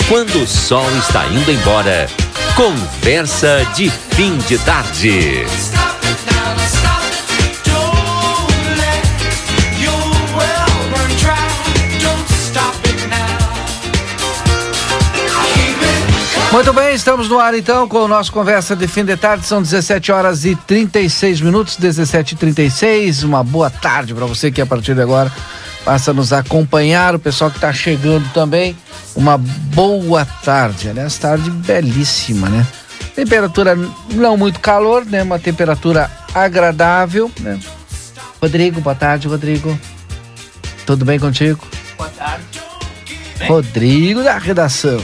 quando o sol está indo embora. Conversa de fim de tarde. Muito bem, estamos no ar então com o nosso Conversa de Fim de Tarde. São 17 horas e 36 minutos, 17h36. Uma boa tarde para você que a partir de agora passa a nos acompanhar. O pessoal que está chegando também, uma boa tarde. Aliás, tarde belíssima, né? Temperatura não muito calor, né? Uma temperatura agradável, né? Rodrigo, boa tarde, Rodrigo. Tudo bem contigo? Boa tarde. Rodrigo da redação.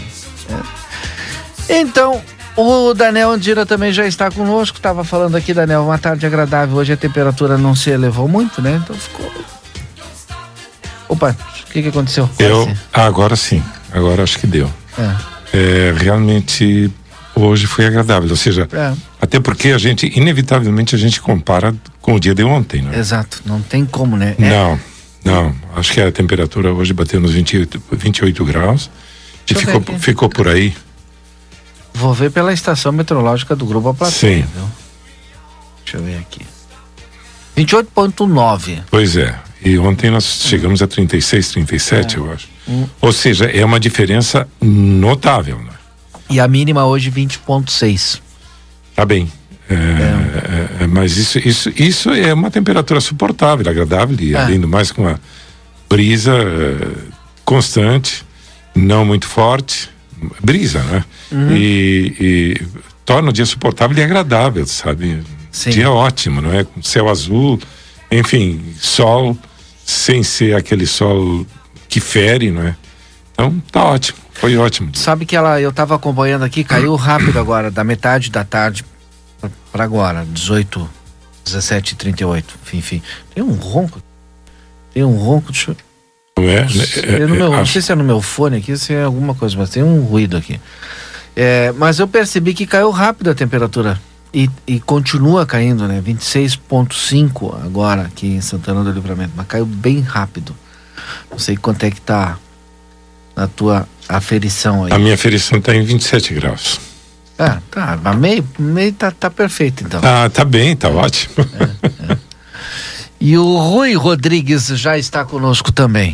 Então, o Daniel Andira também já está conosco. Estava falando aqui, Daniel, uma tarde agradável. Hoje a temperatura não se elevou muito, né? Então ficou... Opa, o que aconteceu? Agora sim, agora acho que deu. Realmente hoje foi agradável, ou seja, até porque inevitavelmente a gente compara com o dia de ontem, né? Exato, não tem como, né? Não, acho que a temperatura hoje bateu nos 28 graus e ficou por aí. Vou ver pela estação meteorológica do Grupo A Plateia. Sim. Viu? Deixa eu ver aqui. 28,9. Pois é. E ontem nós chegamos a 36, 37, eu acho. Ou seja, é uma diferença notável, né? E a mínima hoje 20,6. Tá bem. Mas isso é uma temperatura suportável, agradável, e além do mais com a brisa constante, não muito forte. Brisa, né? E torna o dia suportável e agradável, sabe? Sim. Dia ótimo, não é? Com céu azul, enfim, sol, sem ser aquele sol que fere, não é? Então, tá ótimo, foi ótimo. Sabe que eu tava acompanhando aqui, caiu rápido agora, da metade da tarde para agora, 17h38, enfim. Tem um ronco, deixa eu... Não sei se é no meu fone aqui, se é alguma coisa, mas tem um ruído aqui. Mas eu percebi que caiu rápido a temperatura e continua caindo, né? 26,5 agora aqui em Santana do Livramento, mas caiu bem rápido. Não sei quanto é que tá na tua aferição aí. A minha aferição tá em 27 graus. Tá, mas meio tá perfeito então. Tá bem, tá ótimo. E o Rui Rodrigues já está conosco também.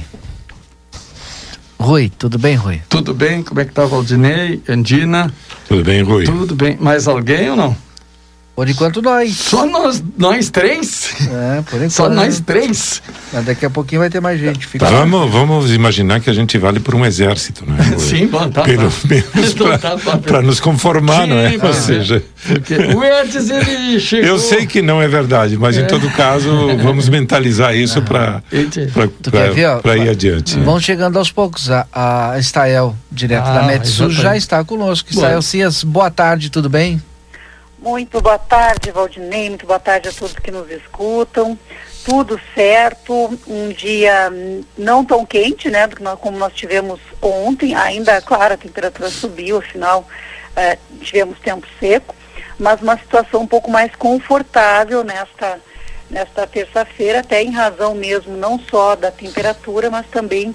Rui, tudo bem, Rui? Tudo bem, como é que tá, Valdinei, Andina? Tudo bem, Rui? Tudo bem, mais alguém ou não? Por enquanto nós. Só nós três? Por enquanto. Só nós três? Mas daqui a pouquinho vai ter mais gente. Vamos imaginar que a gente vale por um exército, não é? Sim, bom, tá. Pelo menos para nos conformar, sim, não é? Ou seja... O Edson, ele chegou... Eu sei que não é verdade, mas em todo caso, vamos mentalizar isso para ir adiante. Vão chegando aos poucos. A Estael, direto da Metsul, já está conosco. Estael Cias, boa tarde, tudo bem? Muito boa tarde, Valdinei, muito boa tarde a todos que nos escutam. Tudo certo, um dia não tão quente, né, como nós tivemos ontem. Ainda, claro, a temperatura subiu, afinal tivemos tempo seco, mas uma situação um pouco mais confortável nesta terça-feira, até em razão mesmo não só da temperatura, mas também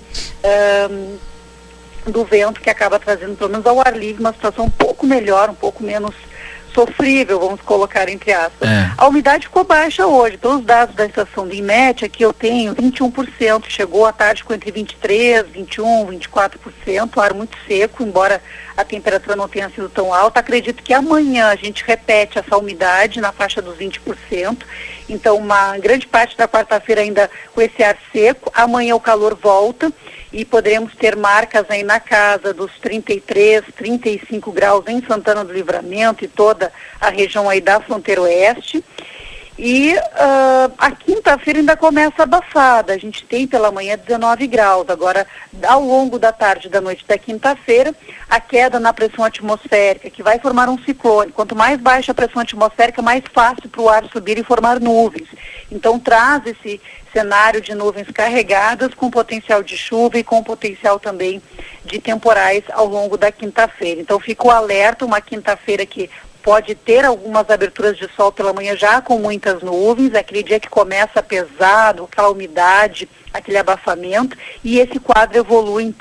do vento, que acaba trazendo, pelo menos ao ar livre, uma situação um pouco melhor, um pouco menos sofrível, vamos colocar entre aspas. A umidade ficou baixa hoje. Pelos dados da estação do IMET, aqui eu tenho 21%, chegou à tarde com entre 23%, 21%, 24%, ar muito seco, embora a temperatura não tenha sido tão alta. Acredito que amanhã a gente repete essa umidade na faixa dos 20%, então uma grande parte da quarta-feira ainda com esse ar seco. Amanhã o calor volta e poderemos ter marcas aí na casa dos 33, 35 graus em Santana do Livramento e toda a região aí da fronteira oeste. E a quinta-feira ainda começa abafada. A gente tem pela manhã 19 graus. Agora, ao longo da tarde e da noite da quinta-feira, a queda na pressão atmosférica, que vai formar um ciclone. Quanto mais baixa a pressão atmosférica, mais fácil para o ar subir e formar nuvens. Então, traz esse cenário de nuvens carregadas com potencial de chuva e com potencial também de temporais ao longo da quinta-feira. Então, fica o alerta, uma quinta-feira que pode ter algumas aberturas de sol pela manhã já com muitas nuvens, aquele dia que começa pesado, aquela umidade, aquele abafamento, e esse quadro evolui então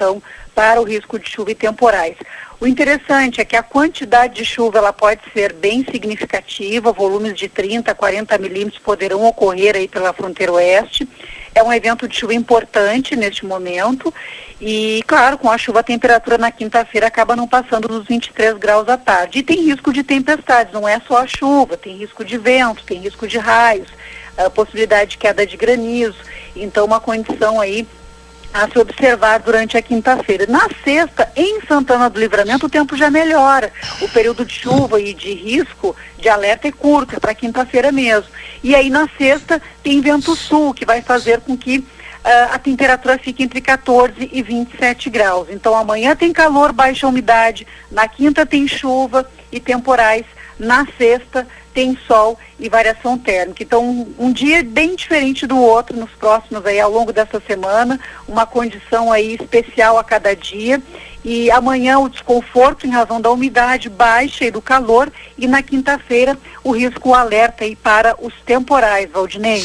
para o risco de chuva e temporais. O interessante é que a quantidade de chuva ela pode ser bem significativa, volumes de 30 a 40 milímetros poderão ocorrer aí pela fronteira oeste. É um evento de chuva importante neste momento e, claro, com a chuva a temperatura na quinta-feira acaba não passando dos 23 graus à tarde. E tem risco de tempestades, não é só a chuva, tem risco de vento, tem risco de raios, possibilidade de queda de granizo. Então, uma condição aí a se observar durante a quinta-feira. Na sexta, em Santana do Livramento, o tempo já melhora. O período de chuva e de risco de alerta é curto, é para quinta-feira mesmo. E aí na sexta tem vento sul, que vai fazer com que a temperatura fique entre 14 e 27 graus. Então amanhã tem calor, baixa umidade, na quinta tem chuva e temporais, na sexta tem sol e variação térmica. Então, um dia bem diferente do outro nos próximos aí, ao longo dessa semana, uma condição aí especial a cada dia. E amanhã o desconforto em razão da umidade baixa e do calor, e na quinta-feira o risco alerta aí para os temporais, Valdinei.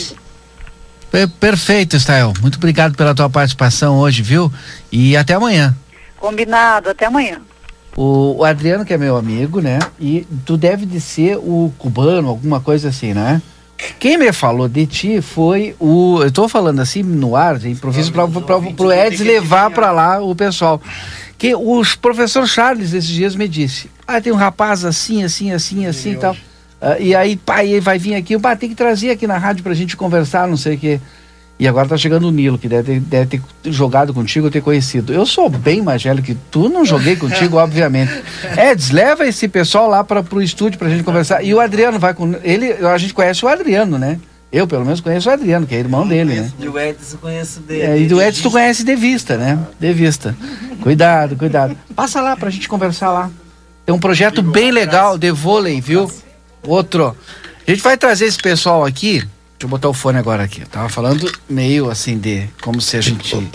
Perfeito, Estael. Muito obrigado pela tua participação hoje, viu? E até amanhã. Combinado, até amanhã. O Adriano, que é meu amigo, né? E tu deve de ser o cubano, alguma coisa assim, né? Quem me falou de ti foi o... Eu tô falando assim no ar, de improviso, pro Eds levar pra lá o pessoal. Que o professor Charles esses dias me disse, tem um rapaz assim e tal. E aí, pai, vai vir aqui, tem que trazer aqui na rádio pra gente conversar, não sei o quê. E agora tá chegando o Nilo, que deve ter jogado contigo, ter conhecido. Eu sou bem mais velho que tu, não joguei contigo, obviamente. Eds, leva esse pessoal lá pro estúdio pra gente conversar. E o Adriano vai com ele, a gente conhece o Adriano, né? Eu, pelo menos, conheço o Adriano, que é irmão dele, né? E o Eds eu conheço dele. E do Eds tu conhece de vista, né? De vista. Cuidado. Passa lá pra gente conversar lá. Tem um projeto bem legal de vôlei, viu? Outro. A gente vai trazer esse pessoal aqui. Deixa eu botar o fone agora aqui. Eu tava falando meio assim de... Como se a gente...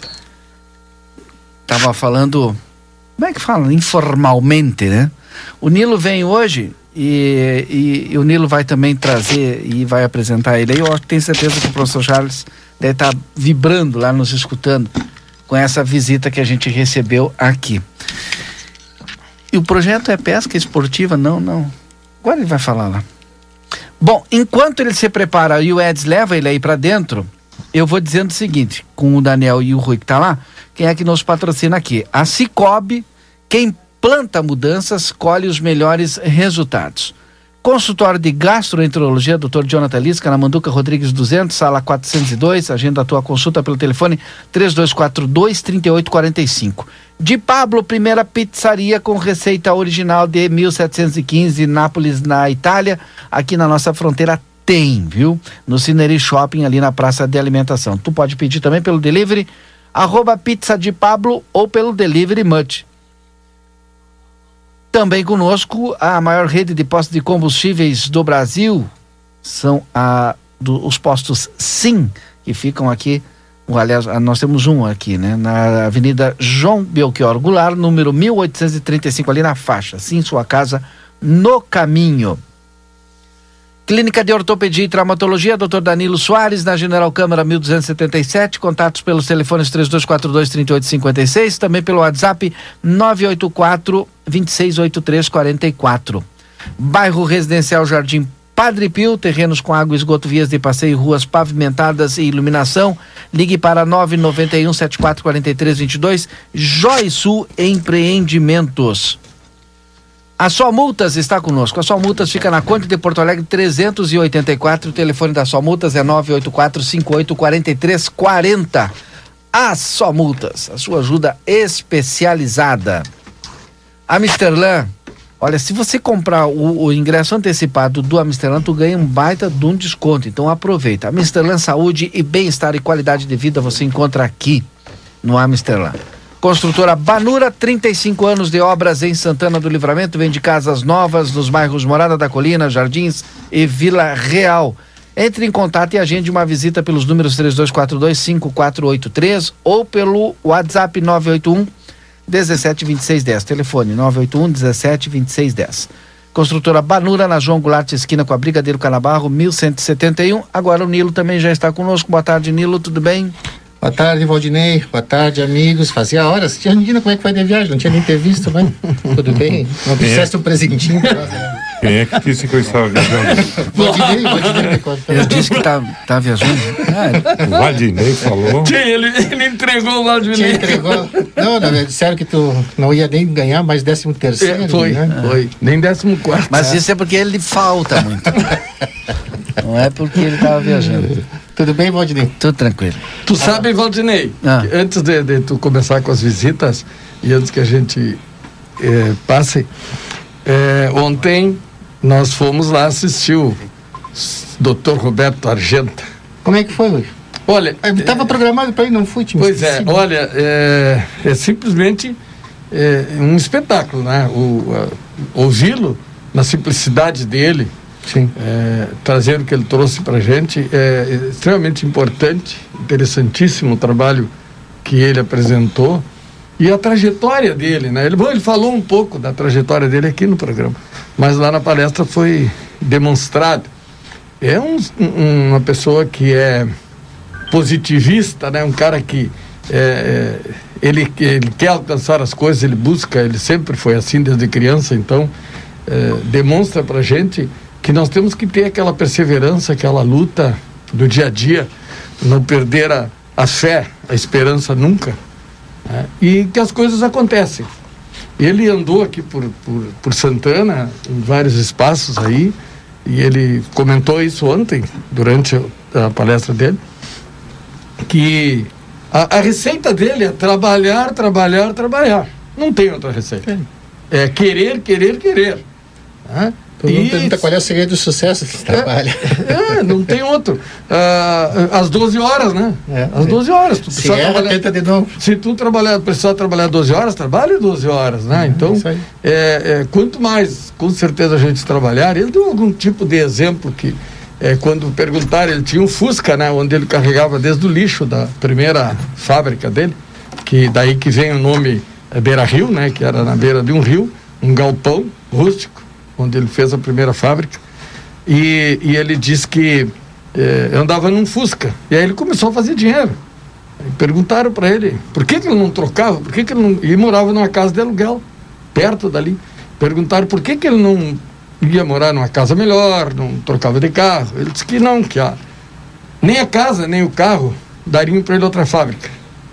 Tava falando... Como é que fala? Informalmente, né? O Nilo vem hoje e o Nilo vai também trazer e vai apresentar ele aí. Eu tenho certeza que o professor Charles deve estar vibrando lá, nos escutando com essa visita que a gente recebeu aqui. E o projeto é pesca esportiva? Não. Agora ele vai falar lá. Bom, enquanto ele se prepara e o Eds leva ele aí pra dentro, eu vou dizendo o seguinte, com o Daniel e o Rui que tá lá, quem é que nos patrocina aqui? A Cicobi, quem planta mudanças, colhe os melhores resultados. Consultório de Gastroenterologia, Dr. Jonathan Lisca, na Manduca Rodrigues 200, sala 402, agenda a tua consulta pelo telefone 3242-3845. De Pablo, primeira pizzaria com receita original de 1715, Nápoles, na Itália, aqui na nossa fronteira tem, viu? No Cineri Shopping, ali na praça de alimentação. Tu pode pedir também pelo delivery, @pizza de Pablo ou pelo Delivery Much. Também conosco a maior rede de postos de combustíveis do Brasil, são os postos Sim, que ficam aqui, aliás, nós temos um aqui, né? Na Avenida João Belchior Goulart, número 1835, ali na faixa. Sim, sua casa no caminho. Clínica de Ortopedia e Traumatologia, Dr. Danilo Soares, na General Câmara 1277, contatos pelos telefones 3242-3856, também pelo WhatsApp 984-268344. Bairro Residencial Jardim Padre Pio, terrenos com água, esgoto, vias de passeio, ruas pavimentadas e iluminação. Ligue para 991-744322, Joisul Empreendimentos. A Só Multas está conosco. A Só Multas fica na Conde de Porto Alegre 384. O telefone da Só Multas é 984-58-4340. A Só Multas, a sua ajuda especializada. Amsterlan, olha, se você comprar o ingresso antecipado do Amsterlan, tu ganha um baita de um desconto. Então aproveita. Amsterlan, saúde e bem-estar e qualidade de vida você encontra aqui no Amsterlan. Construtora Banura, 35 anos de obras em Santana do Livramento, vende casas novas nos bairros Morada da Colina, Jardins e Vila Real. Entre em contato e agende uma visita pelos números 3242-5483 ou pelo WhatsApp 981-172610. Telefone 981-172610. Construtora Banura, na João Goulart, esquina com a Brigadeiro Canabarro, 1171. Agora o Nilo também já está conosco. Boa tarde, Nilo, tudo bem? Boa tarde, Valdinei. Boa tarde, amigos. Fazia horas. Tia Andina, como é que vai de viagem? Não tinha nem ter visto, mas tudo bem? Não precisaste um presentinho pra nós, né? Quem é que disse que eu estava viajando? Valdinei. Eu disse que tá viajando. O Valdinei falou. Ele entregou o Valdinei. Entregou. Não, disseram que tu não ia nem ganhar mais 13º. Foi, né? foi. Nem 14º. Mas isso é porque ele falta muito. Não é porque ele estava viajando. Tudo bem, Valdinei? Tudo tranquilo. Tu sabe, Valdinei, que antes de tu começar com as visitas e antes que a gente passe, ontem nós fomos lá assistir o Dr. Roberto Argenta. Como é que foi, Luiz? Olha, estava programado para ir, não fui, time. Pois é, olha, é simplesmente um espetáculo, né? Ouvi-lo na simplicidade dele, sim. Trazer o que ele trouxe para a gente é extremamente importante, interessantíssimo o trabalho que ele apresentou e a trajetória dele, né? Ele falou um pouco da trajetória dele aqui no programa, mas lá na palestra foi demonstrado. É uma pessoa que é positivista, né? Um cara que ele quer alcançar as coisas, ele busca, ele sempre foi assim desde criança, então demonstra pra gente que nós temos que ter aquela perseverança, aquela luta do dia a dia, não perder a fé, a esperança nunca, né? E que as coisas acontecem. Ele andou aqui por Santana, em vários espaços aí, e ele comentou isso ontem, durante a palestra dele, que a receita dele é trabalhar. Não tem outra receita. É querer. Né? Todo mundo pergunta qual é o segredo do sucesso que trabalha. Não tem outro. Às 12 horas, né? Às 12 horas. Tu se tenta de novo. Se tu precisar trabalhar 12 horas, trabalhe 12 horas, né? Então, quanto mais, com certeza, a gente trabalhar, ele deu algum tipo de exemplo que, quando perguntaram, ele tinha um Fusca, né? Onde ele carregava desde o lixo da primeira fábrica dele, que daí que vem o nome Beira Rio, né? Que era na beira de um rio, um galpão rústico, onde ele fez a primeira fábrica, e ele disse que andava num Fusca, e aí ele começou a fazer dinheiro. E perguntaram para ele por que ele não trocava, por que ele não... E morava numa casa de aluguel, perto dali. Perguntaram por que ele não ia morar numa casa melhor, não trocava de carro. Ele disse que não, que nem a casa, nem o carro dariam para ele outra fábrica,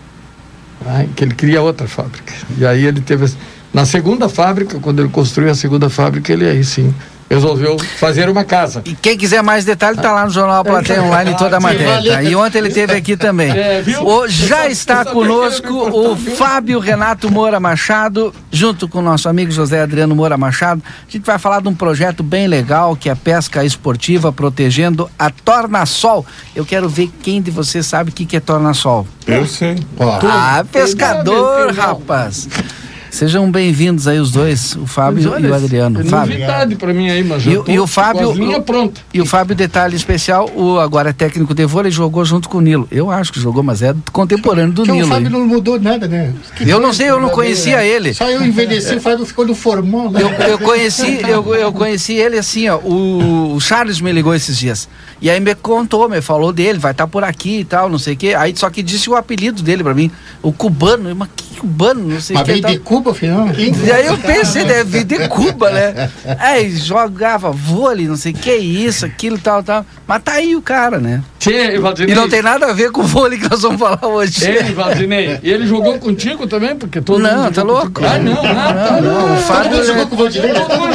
que ele queria outra fábrica. E aí ele teve... Na segunda fábrica, quando ele construiu a segunda fábrica, ele aí sim resolveu fazer uma casa. E quem quiser mais detalhes, está lá no Jornal A Plateia Online, toda a matéria. Tá? E ontem ele esteve aqui também. Já está conosco o Fábio Renato Moura Machado, junto com o nosso amigo José Adriano Moura Machado. A gente vai falar de um projeto bem legal, que é a pesca esportiva, protegendo a torna-sol. Eu quero ver quem de vocês sabe o que é torna-sol. Eu sei. Pescador, rapaz. Sejam bem-vindos aí os dois, o Fábio e o Adriano. Novidade para mim aí, mas e o Fábio, pronta. E o Fábio, detalhe especial, agora é técnico de vôlei, jogou junto com o Nilo. Eu acho que jogou, mas é contemporâneo do Nilo. O Fábio não mudou nada, né? Eu não sei, eu não conhecia ele. Só eu envelheci, o Fábio ficou no formol. Né? Eu conheci ele assim, ó, o Charles me ligou esses dias. E aí me contou, me falou dele, vai estar por aqui e tal, não sei o quê. Aí só que disse o apelido dele pra mim, o cubano. Mas que cubano, não sei o que. Mas veio de Cuba, afinal. E aí eu pensei, deve vir de Cuba, né? Aí jogava vôlei, não sei o que, isso, aquilo, tal. Mas tá aí o cara, né? Valdinei. E não tem nada a ver com o vôlei que nós vamos falar hoje. Valdinei. E ele jogou contigo também? Porque todo mundo. Não, tá louco? Não. O Fábio jogou com o Valdinei.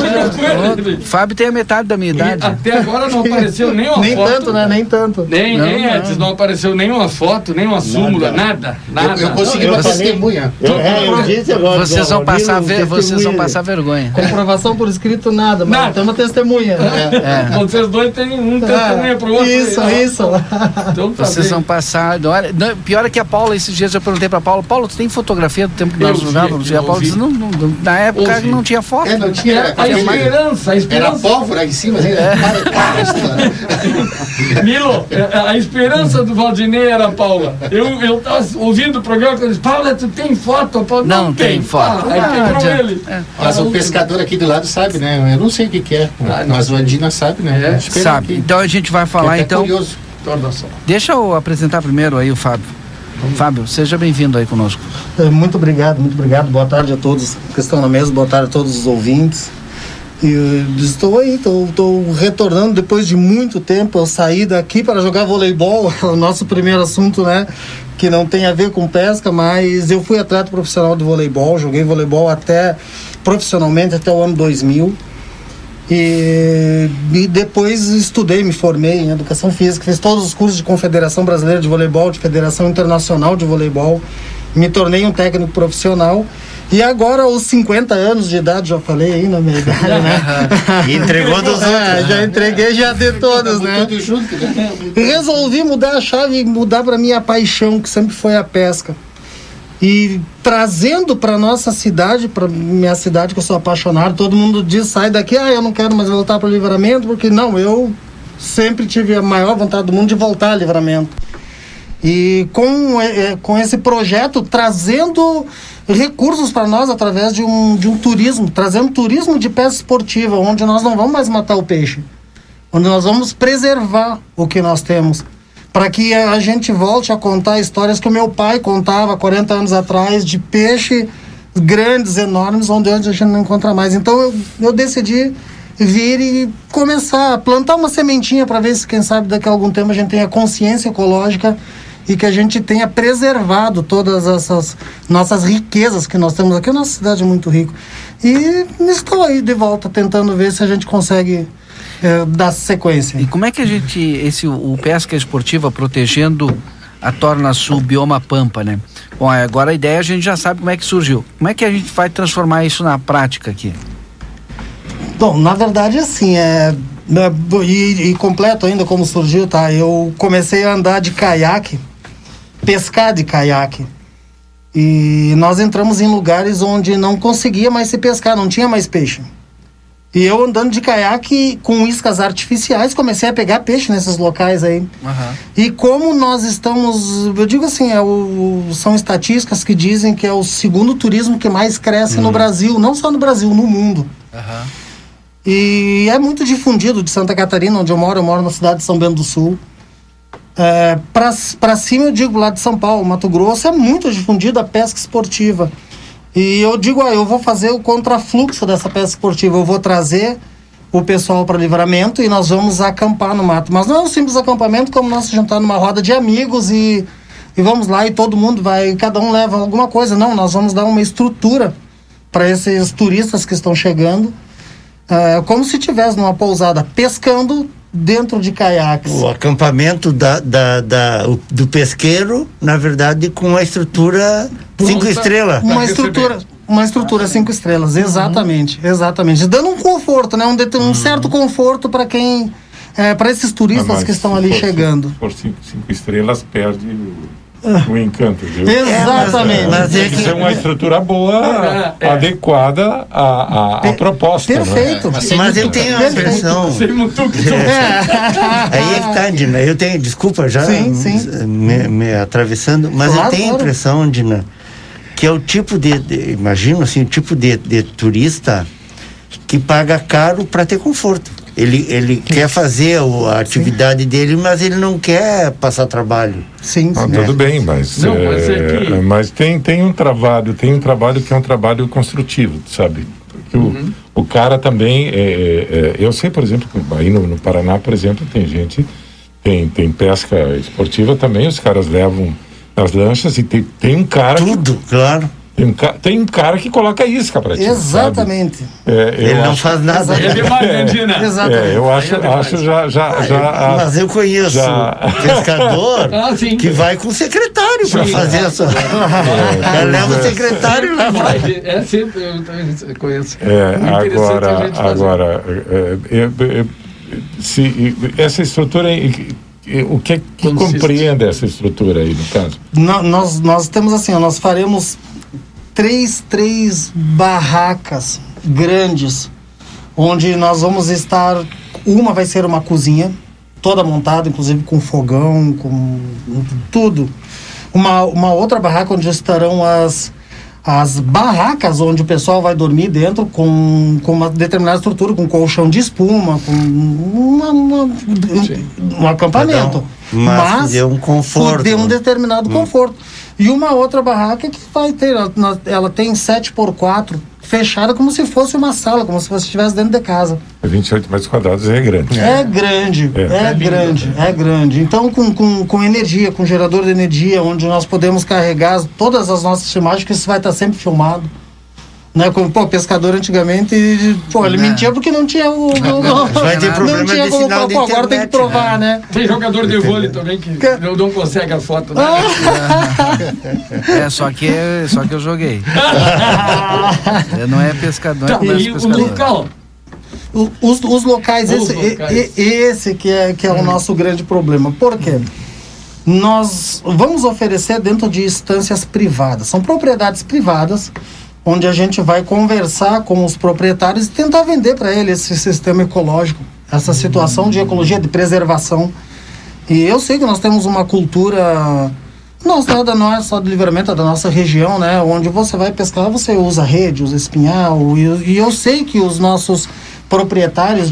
O Fábio tem a metade da minha idade. E até agora não apareceu nenhuma foto. Nem tanto, né? Nem tanto. Nem antes, não apareceu nenhuma foto, nenhuma súmula, nada. Eu consegui uma testemunha. Eu disse agora. Vocês vão passar vergonha. Comprovação por escrito, nada, mas tem uma testemunha. Vocês dois têm um testemunha pro outro. Isso. Então, tá vocês bem. vão passar. Olha, pior é que a Paula, esses dias eu perguntei pra Paula, tu tem fotografia do tempo que nós jogávamos? E a Paula disse, na época não tinha foto. Não tinha. A esperança. Era pólvora aí em cima. Milo, a esperança do Valdinei era a Paula. Eu tava ouvindo o programa quando eu disse, Paula, tu tem foto? Paula, não tem foto. Aí quebrou ele. Mas o pescador aqui do lado sabe, né? Eu não sei o que é, mas o Andina sabe, né? Sabe. Então a gente vai falar, então. Curioso. Deixa eu apresentar primeiro aí o Fábio. Fábio, seja bem-vindo aí conosco. Muito obrigado. Boa tarde a todos que estão na mesa, boa tarde a todos os ouvintes. E estou aí, estou retornando depois de muito tempo. Eu saí daqui para jogar voleibol, o nosso primeiro assunto, né? Que não tem a ver com pesca, mas eu fui atleta profissional de voleibol, joguei voleibol profissionalmente até o ano 2000. E depois estudei, me formei em Educação Física, fiz todos os cursos de Confederação Brasileira de Voleibol, de Federação Internacional de Voleibol, me tornei um técnico profissional. E agora, aos 50 anos de idade, já falei aí na minha idade, né? E entregou dos outros. Já entreguei, já de todos, né? Resolvi mudar a chave e mudar para minha paixão, que sempre foi a pesca. E trazendo para nossa cidade, para minha cidade, que eu sou apaixonado, todo mundo diz, sai daqui, eu não quero mais voltar para o Livramento, porque não, eu sempre tive a maior vontade do mundo de voltar a Livramento. E com esse projeto, trazendo recursos para nós através de um turismo, trazendo turismo de pesca esportiva, onde nós não vamos mais matar o peixe, onde nós vamos preservar o que nós temos, para que a gente volte a contar histórias que o meu pai contava 40 anos atrás, de peixe grandes, enormes, onde a gente não encontra mais. Então eu decidi vir e começar a plantar uma sementinha para ver se, quem sabe, daqui a algum tempo a gente tenha consciência ecológica e que a gente tenha preservado todas essas nossas riquezas que nós temos aqui. A nossa cidade é muito rica. E estou aí de volta tentando ver se a gente consegue dar sequência. E como é que a gente, o pesca esportiva protegendo a Torna Sul, bioma Pampa, né? Bom, agora a ideia a gente já sabe como é que surgiu. Como é que a gente vai transformar isso na prática aqui? Bom, na verdade, assim, e completo ainda como surgiu, tá? Eu comecei a andar de caiaque, pescar de caiaque. E nós entramos em lugares onde não conseguia mais se pescar, não tinha mais peixe. E eu andando de caiaque com iscas artificiais, comecei a pegar peixe nesses locais aí. Uhum. E como nós estamos, eu digo assim, são estatísticas que dizem que é o segundo turismo que mais cresce no Brasil, não só no Brasil, no mundo. Uhum. E é muito difundido de Santa Catarina, onde eu moro na cidade de São Bento do Sul. Pra cima eu digo, lá de São Paulo, Mato Grosso, é muito difundido a pesca esportiva. E eu digo, eu vou fazer o contrafluxo dessa pesca esportiva, eu vou trazer o pessoal para Livramento e nós vamos acampar no mato. Mas não é um simples acampamento, como nós juntar numa roda de amigos e vamos lá e todo mundo vai, cada um leva alguma coisa. Não, nós vamos dar uma estrutura para esses turistas que estão chegando, como se estivesse numa pousada, pescando dentro de caiaques. O acampamento do pesqueiro, na verdade, com a estrutura 5 estrelas. Uma estrutura 5 estrelas, exatamente. Dando um conforto, né? Um certo conforto para quem, para esses turistas que estão ali chegando. Se for 5 estrelas, perde o encanto, viu? Exatamente. Mas tem que ser uma estrutura boa, adequada à proposta. Perfeito. Né? Mas eu tenho a impressão. Aí é que tá, Dina. Eu tenho, desculpa já me atravessando, mas eu tenho a impressão, Dina, que é o tipo imagino assim, o tipo de turista que paga caro para ter conforto. Ele quer fazer a atividade dele, mas ele não quer passar trabalho. Sim. Tudo bem, mas mas tem um trabalho que é um trabalho construtivo, sabe? Porque o cara também eu sei, por exemplo, aí no Paraná, por exemplo, tem gente, tem pesca esportiva também, os caras levam nas lanchas e tem um cara claro. Tem um cara que coloca isca pra ti. Exatamente. Ele não faz nada. Exatamente. Eu acho já. Mas eu conheço pescador que vai com o secretário para fazer essa. Leva o secretário lá. Eu conheço. Agora, se essa estrutura. O que compreende essa estrutura aí, no caso? Nós temos assim, nós faremos três barracas grandes, onde nós vamos estar, uma vai ser uma cozinha, toda montada, inclusive com fogão, com tudo. Uma outra barraca onde estarão as barracas onde o pessoal vai dormir dentro com uma determinada estrutura, com colchão de espuma, com um acampamento. Mas deu um conforto. Deu um determinado conforto. E uma outra barraca que vai ter, ela tem 7x4, fechada como se fosse uma sala, como se você estivesse dentro de casa. 28 metros quadrados é grande. É grande. Então, com energia, com gerador de energia, onde nós podemos carregar todas as nossas filmagens, que isso vai estar sempre filmado. Né? Como, pescador antigamente, ele mentia porque não tinha vai ter problema não tinha de como, sinal de internet, agora tem que provar, né? Tem jogador de vôlei também que não consegue a foto, né? Só que eu joguei. Não é pescador. Tá, e o local? Os locais, esse que é o nosso grande problema. Por quê? Nós vamos oferecer dentro de instâncias privadas. São propriedades privadas, onde a gente vai conversar com os proprietários e tentar vender para eles esse sistema ecológico, essa situação de ecologia, de preservação. E eu sei que nós temos uma cultura, não é só do Livramento, é da nossa região, né? Onde você vai pescar, você usa rede, usa espinhal, e eu sei que os nossos proprietários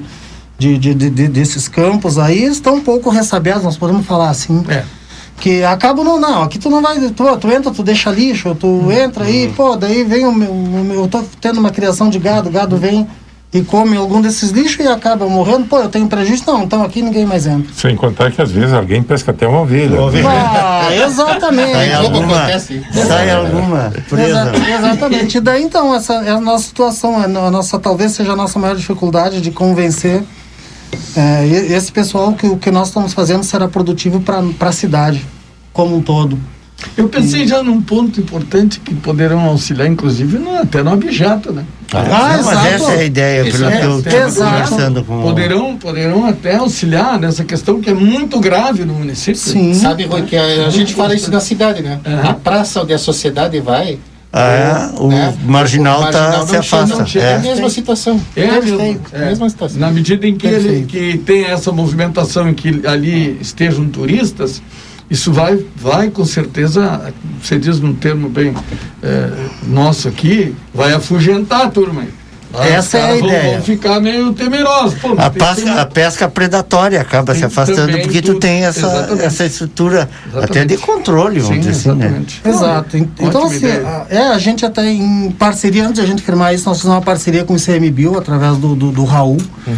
desses campos aí estão um pouco ressabiados, nós podemos falar assim. Que acabam, aqui tu não vai, tu entra, tu deixa lixo, tu entra aí, daí vem eu tô tendo uma criação de gado, o gado vem e come algum desses lixos e acaba morrendo, eu tenho prejuízo, então aqui ninguém mais entra. Sem contar que às vezes alguém pesca até uma ovelha. Exatamente. Sai alguma presa. Exatamente. E daí então, essa é a nossa situação, talvez seja a nossa maior dificuldade de convencer esse pessoal que o que nós estamos fazendo será produtivo para a cidade como um todo. Eu pensei já num ponto importante que poderão auxiliar, inclusive, até no abjeto, né? Mas essa é a ideia, pelo que eu estou conversando com... Poderão até auxiliar nessa questão que é muito grave no município. Sim. Sabe, Rui, que a gente fala isso na cidade, né? A praça onde a sociedade vai... o marginal se afasta. É a mesma situação. A mesma situação. Na medida em que que tem essa movimentação em que ali estejam turistas, isso vai com certeza, você diz num termo bem nosso aqui, vai afugentar a turma. Essa é a ideia. Vão ficar meio temerosos. A pesca predatória acaba se afastando porque tu tem essa estrutura até de controle, vamos dizer assim, né? Exato. Então, assim, a gente até em parceria, antes de a gente firmar isso, nós fizemos uma parceria com o ICMBio, através do Raul,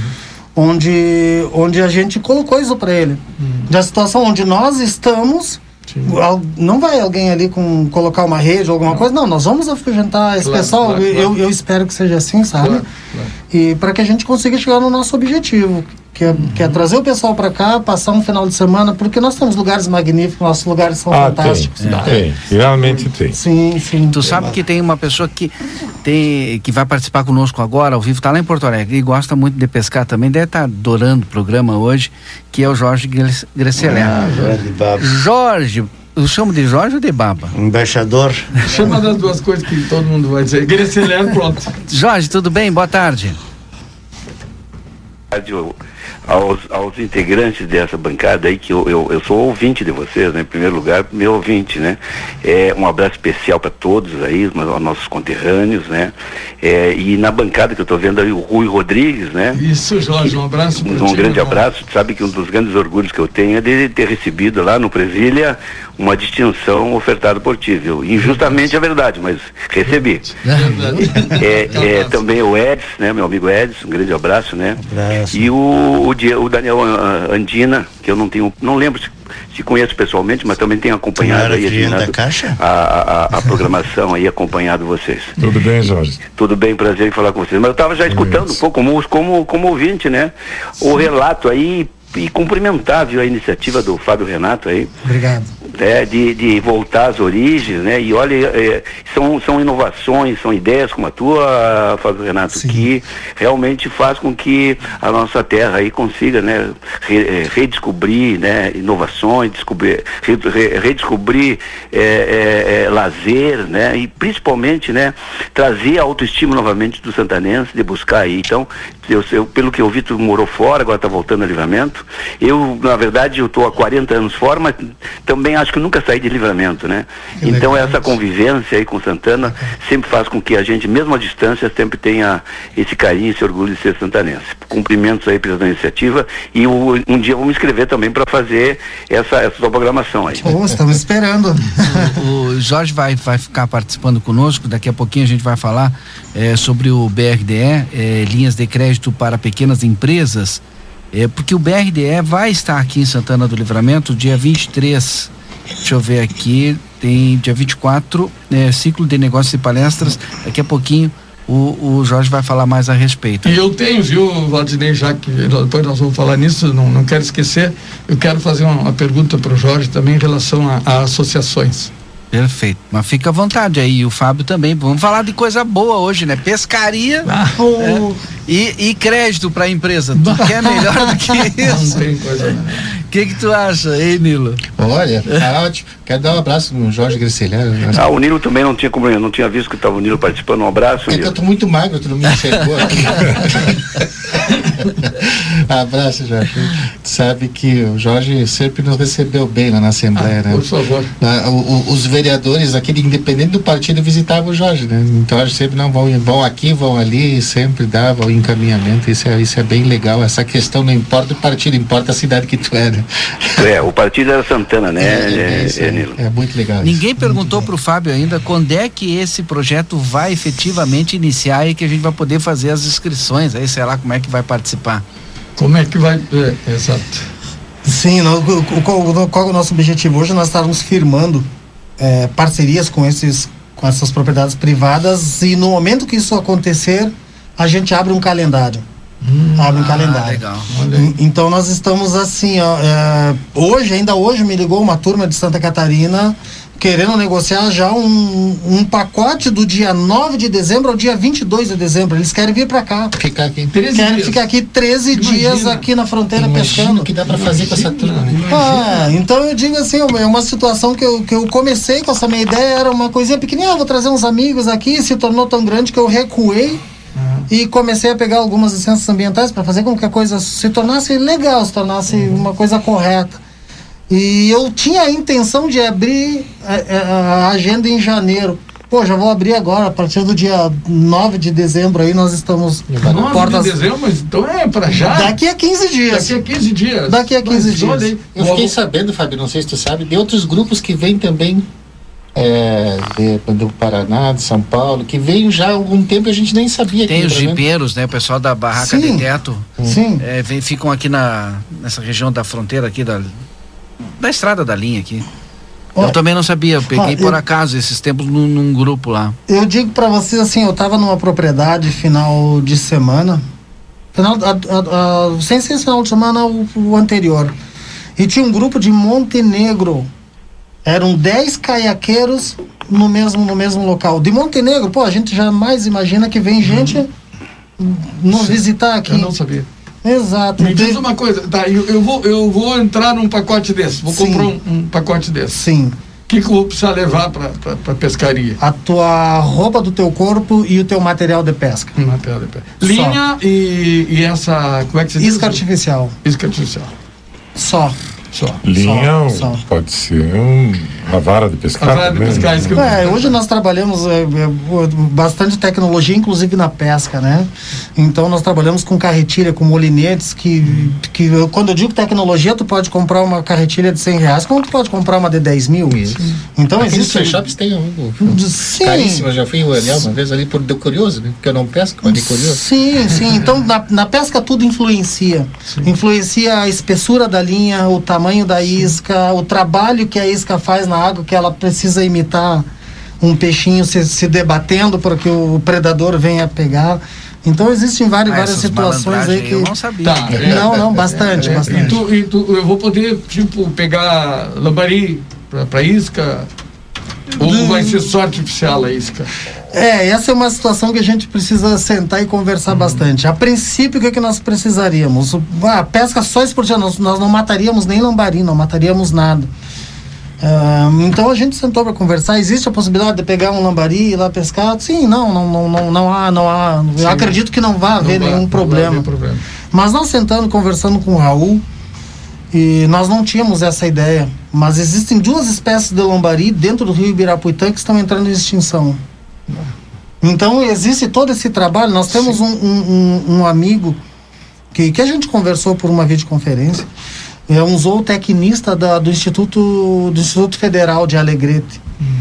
onde a gente colocou isso para ele. Da situação onde nós estamos... Não vai alguém ali colocar uma rede ou alguma coisa, não, nós vamos afugentar esse pessoal, eu espero que seja assim, sabe? E para que a gente consiga chegar no nosso objetivo, que é trazer o pessoal para cá, passar um final de semana, porque nós temos lugares magníficos, nossos lugares são fantásticos. Tem, realmente tem. Sim. Tu sabe que tem uma pessoa que vai participar conosco agora, ao vivo, tá lá em Porto Alegre, e gosta muito de pescar também, deve estar adorando o programa hoje, que é o Jorge Gresselé. Jorge, eu chamo de Jorge ou de Baba? Embaixador. Chama das duas coisas que todo mundo vai dizer. Gresselé, pronto. Jorge, tudo bem? Boa tarde. Aos integrantes dessa bancada aí, que eu sou ouvinte de vocês, né? Em primeiro lugar, meu ouvinte, né? Um abraço especial para todos aí, os nossos conterrâneos, né? E na bancada que eu estou vendo aí, o Rui Rodrigues, né? Isso, Jorge, um abraço para ti. Um grande abraço. Sabe que um dos grandes orgulhos que eu tenho é de ter recebido lá no Presília uma distinção ofertada por ti, viu? Injustamente é verdade, mas recebi. Também o Edson, né? Meu amigo Edson, um grande abraço, né? E o Daniel Andina, que eu não lembro se conheço pessoalmente, mas também tenho acompanhado aí a programação aí, acompanhado vocês. Tudo bem, Jorge? Tudo bem, prazer em falar com vocês. Mas eu estava já escutando um pouco como ouvinte, né? O relato aí, e cumprimentar, viu, a iniciativa do Fábio Renato aí. Obrigado. De voltar às origens, né? E olha, são inovações, são ideias como a tua, Fábio Renato, sim, que realmente faz com que a nossa terra aí consiga, né, redescobrir, né, inovações, redescobrir lazer, né? E principalmente, né, trazer a autoestima novamente do santanense, de buscar aí. Então, eu, pelo que eu vi, tu morou fora, agora tá voltando a Livramento. Eu, na verdade, eu tô há 40 anos fora, mas também acho que nunca saí de Livramento, né? Então essa convivência aí com Santana sempre faz com que a gente, mesmo à distância, sempre tenha esse carinho, esse orgulho de ser santanense. Cumprimentos aí pela iniciativa e um dia eu vou me inscrever também para fazer essa sua programação aí. Estamos esperando. O Jorge vai ficar participando conosco, daqui a pouquinho a gente vai falar sobre o BRDE, linhas de crédito para pequenas empresas, porque o BRDE vai estar aqui em Santana do Livramento dia 23, deixa eu ver aqui, tem dia 24, ciclo de negócios e palestras, daqui a pouquinho o Jorge vai falar mais a respeito. E eu tenho, viu, Valdinei, já que depois nós vamos falar nisso, não quero esquecer, eu quero fazer uma pergunta para o Jorge também em relação a associações. Perfeito, mas fica à vontade aí, e o Fábio também, vamos falar de coisa boa hoje, né? Pescaria e crédito para a empresa, tu quer melhor do que isso? Não tem coisa melhor. O que tu acha, hein, Nilo? Olha, tá ótimo. Quero dar um abraço no Jorge Graciliano. O Nilo também não tinha visto que estava o Nilo participando. Um abraço, Nilo. Que eu tô muito magro, tu não me enxergou aqui. Abraço, Jorge. Tu sabe que o Jorge sempre nos recebeu bem lá na Assembleia, né? Por favor. Os vereadores aqui, independente do partido, visitavam o Jorge, né? Então a gente sempre vão aqui, vão ali, sempre dava o encaminhamento. Isso é bem legal. Essa questão não importa o partido, importa a cidade que tu é, né? O partido era Santana, né? Nilo. É muito legal. Ninguém perguntou pro Fábio ainda quando é que esse projeto vai efetivamente iniciar e que a gente vai poder fazer as inscrições, aí sei lá como é que vai participar. Como é que vai, exato. Sim, qual é o nosso objetivo? Hoje nós estávamos firmando parcerias com essas propriedades privadas e no momento que isso acontecer, a gente abre um calendário. Legal. Então nós estamos assim, ainda hoje me ligou uma turma de Santa Catarina querendo negociar já um pacote do dia 9 de dezembro ao dia 22 de dezembro. Eles querem vir para cá. Ficar aqui. Querem ficar aqui 13 dias aqui na fronteira pescando. O que dá para fazer com essa turma, né? Então eu digo assim, é uma situação que eu comecei com essa minha ideia, era uma coisinha pequenininha, vou trazer uns amigos aqui, se tornou tão grande que eu recuei. E comecei a pegar algumas licenças ambientais para fazer com que a coisa se tornasse legal, se tornasse uma coisa correta. E eu tinha a intenção de abrir a agenda em janeiro. Já vou abrir agora, a partir do dia 9 de dezembro aí nós estamos... 9 de dezembro, mas então para já? Daqui a 15 dias. Daqui a 15 dias. Eu fiquei sabendo, Fábio, não sei se tu sabe, de outros grupos que vêm também do Paraná, de São Paulo, que veio já há algum tempo e a gente nem sabia. Tem os jipeiros, né? O pessoal da barraca de teto. Sim. Ficam aqui nessa região da fronteira aqui, da estrada da linha aqui. Eu também não sabia, eu peguei por acaso esses tempos num grupo lá. Eu digo pra vocês assim, eu tava numa propriedade final de semana, sem ser final de semana o anterior, e tinha um grupo de Montenegro. Eram 10 caiaqueiros no mesmo local. De Montenegro, a gente jamais imagina que vem gente nos visitar aqui. Eu não sabia. Exato. Me diz uma coisa, eu vou entrar num pacote desse, vou comprar um pacote desse. Sim. O que eu vou precisar levar para pescaria? A tua roupa do teu corpo e o teu material de pesca. Material de pesca. Linha e essa, como é que se diz? Isca artificial. Isca artificial. Só. Linha pode ser uma vara de pescar. A vara de pescar, isso que hoje nós trabalhamos bastante tecnologia, inclusive na pesca, né? Então nós trabalhamos com carretilha, com molinetes, que quando eu digo tecnologia, tu pode comprar uma carretilha de R$100, como tu pode comprar uma de 10 mil. Isso. Então aqui existe... nos shops tem caríssimo, eu já fui olhar uma vez ali de curioso, né? Porque eu não pesco, mas de curioso. Sim. Então na pesca tudo influencia. Sim. Influencia a espessura da linha, o tamanho da isca, o trabalho que a isca faz na água, que ela precisa imitar um peixinho se debatendo para que o predador venha pegar. Então existem várias situações aí que... Eu não sabia. Bastante. E eu vou poder, pegar lambari para isca? Ou vai ser só artificial a isca? Essa é uma situação que a gente precisa sentar e conversar bastante. A princípio, o que nós precisaríamos? A pesca só esportiva, nós não mataríamos nem lambari, não mataríamos nada. Então a gente sentou para conversar. Existe a possibilidade de pegar um lambari e ir lá pescar? Sim, não há. Sim. Eu acredito que não vai haver nenhum problema. Mas nós sentando, conversando com o Raul, E nós não tínhamos essa ideia, mas existem 2 espécies de lambari dentro do rio Ibirapuitã que estão entrando em extinção. Então existe todo esse trabalho. Nós temos um amigo que a gente conversou por uma videoconferência, é um zootecnista do Instituto Federal de Alegrete.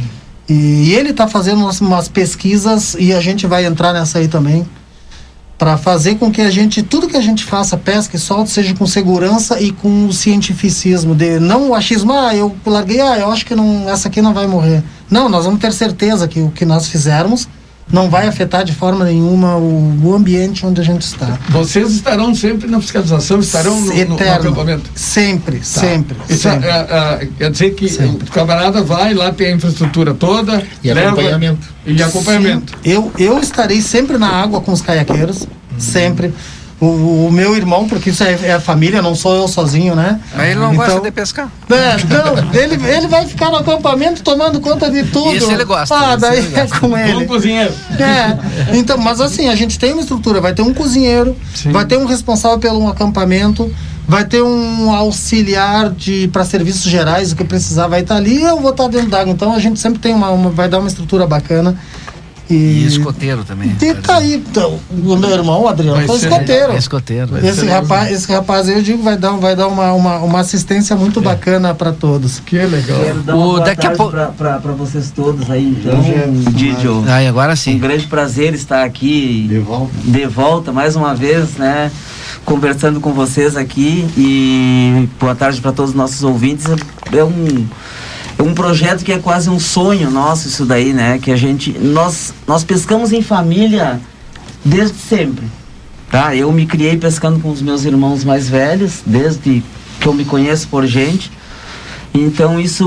E ele está fazendo umas pesquisas, e a gente vai entrar nessa aí também, para fazer com que tudo que a gente faça, pesca e solta, seja com segurança e com o cientificismo, não o achismo, eu larguei, eu acho que essa aqui não vai morrer. Não, nós vamos ter certeza que o que nós fizermos não vai afetar de forma nenhuma o ambiente onde a gente está. Vocês estarão sempre na fiscalização, estarão no acampamento? Sempre, tá. sempre. Isso sempre. Quer dizer que o camarada vai lá, tem a infraestrutura toda, e acompanhamento. E acompanhamento. Sim, eu estarei sempre na água com os caiaqueiros, sempre. O meu irmão, porque isso é família, não sou eu sozinho, né? Mas ele não gosta de pescar. Não, ele vai ficar no acampamento tomando conta de tudo. Isso ele gosta. Daí é com ele. Um cozinheiro. Então, mas assim, a gente tem uma estrutura, vai ter um cozinheiro, vai ter um responsável pelo acampamento, vai ter um auxiliar para serviços gerais, o que precisar vai estar ali, e eu vou estar dentro d'água. Então a gente sempre tem vai dar uma estrutura bacana. E escoteiro também. E tá aí, então, o meu irmão, o Adriano, foi escoteiro. Escoteiro. Esse rapaz aí, eu digo, vai dar uma assistência muito bacana para todos. Que legal. Quero dar uma boa tarde para vocês todos aí, então, Didio. Agora sim. Um grande prazer estar aqui de volta mais uma vez, né? Conversando com vocês aqui, e boa tarde para todos os nossos ouvintes. É um projeto que é quase um sonho nosso, isso daí, né? Que nós pescamos em família desde sempre, tá? Eu me criei pescando com os meus irmãos mais velhos, desde que eu me conheço por gente. Então isso,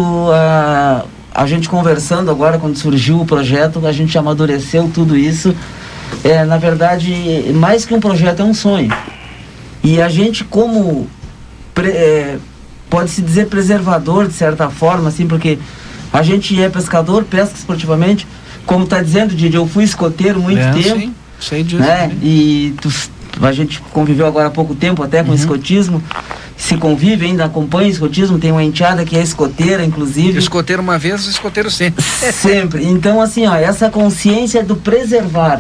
a gente conversando agora, quando surgiu o projeto, a gente amadureceu tudo isso. Na verdade, mais que um projeto, é um sonho. E a gente, como pode-se dizer preservador, de certa forma, assim, porque a gente é pescador, pesca esportivamente, como está dizendo, Didi, eu fui escoteiro muito tempo. Sim, sei disso. Né? E a gente conviveu agora há pouco tempo até com escotismo, se convive ainda, acompanha o escotismo, tem uma enteada que é escoteira, inclusive. Escoteiro uma vez, escoteiro sempre. Sempre. Então, assim, essa consciência do preservar,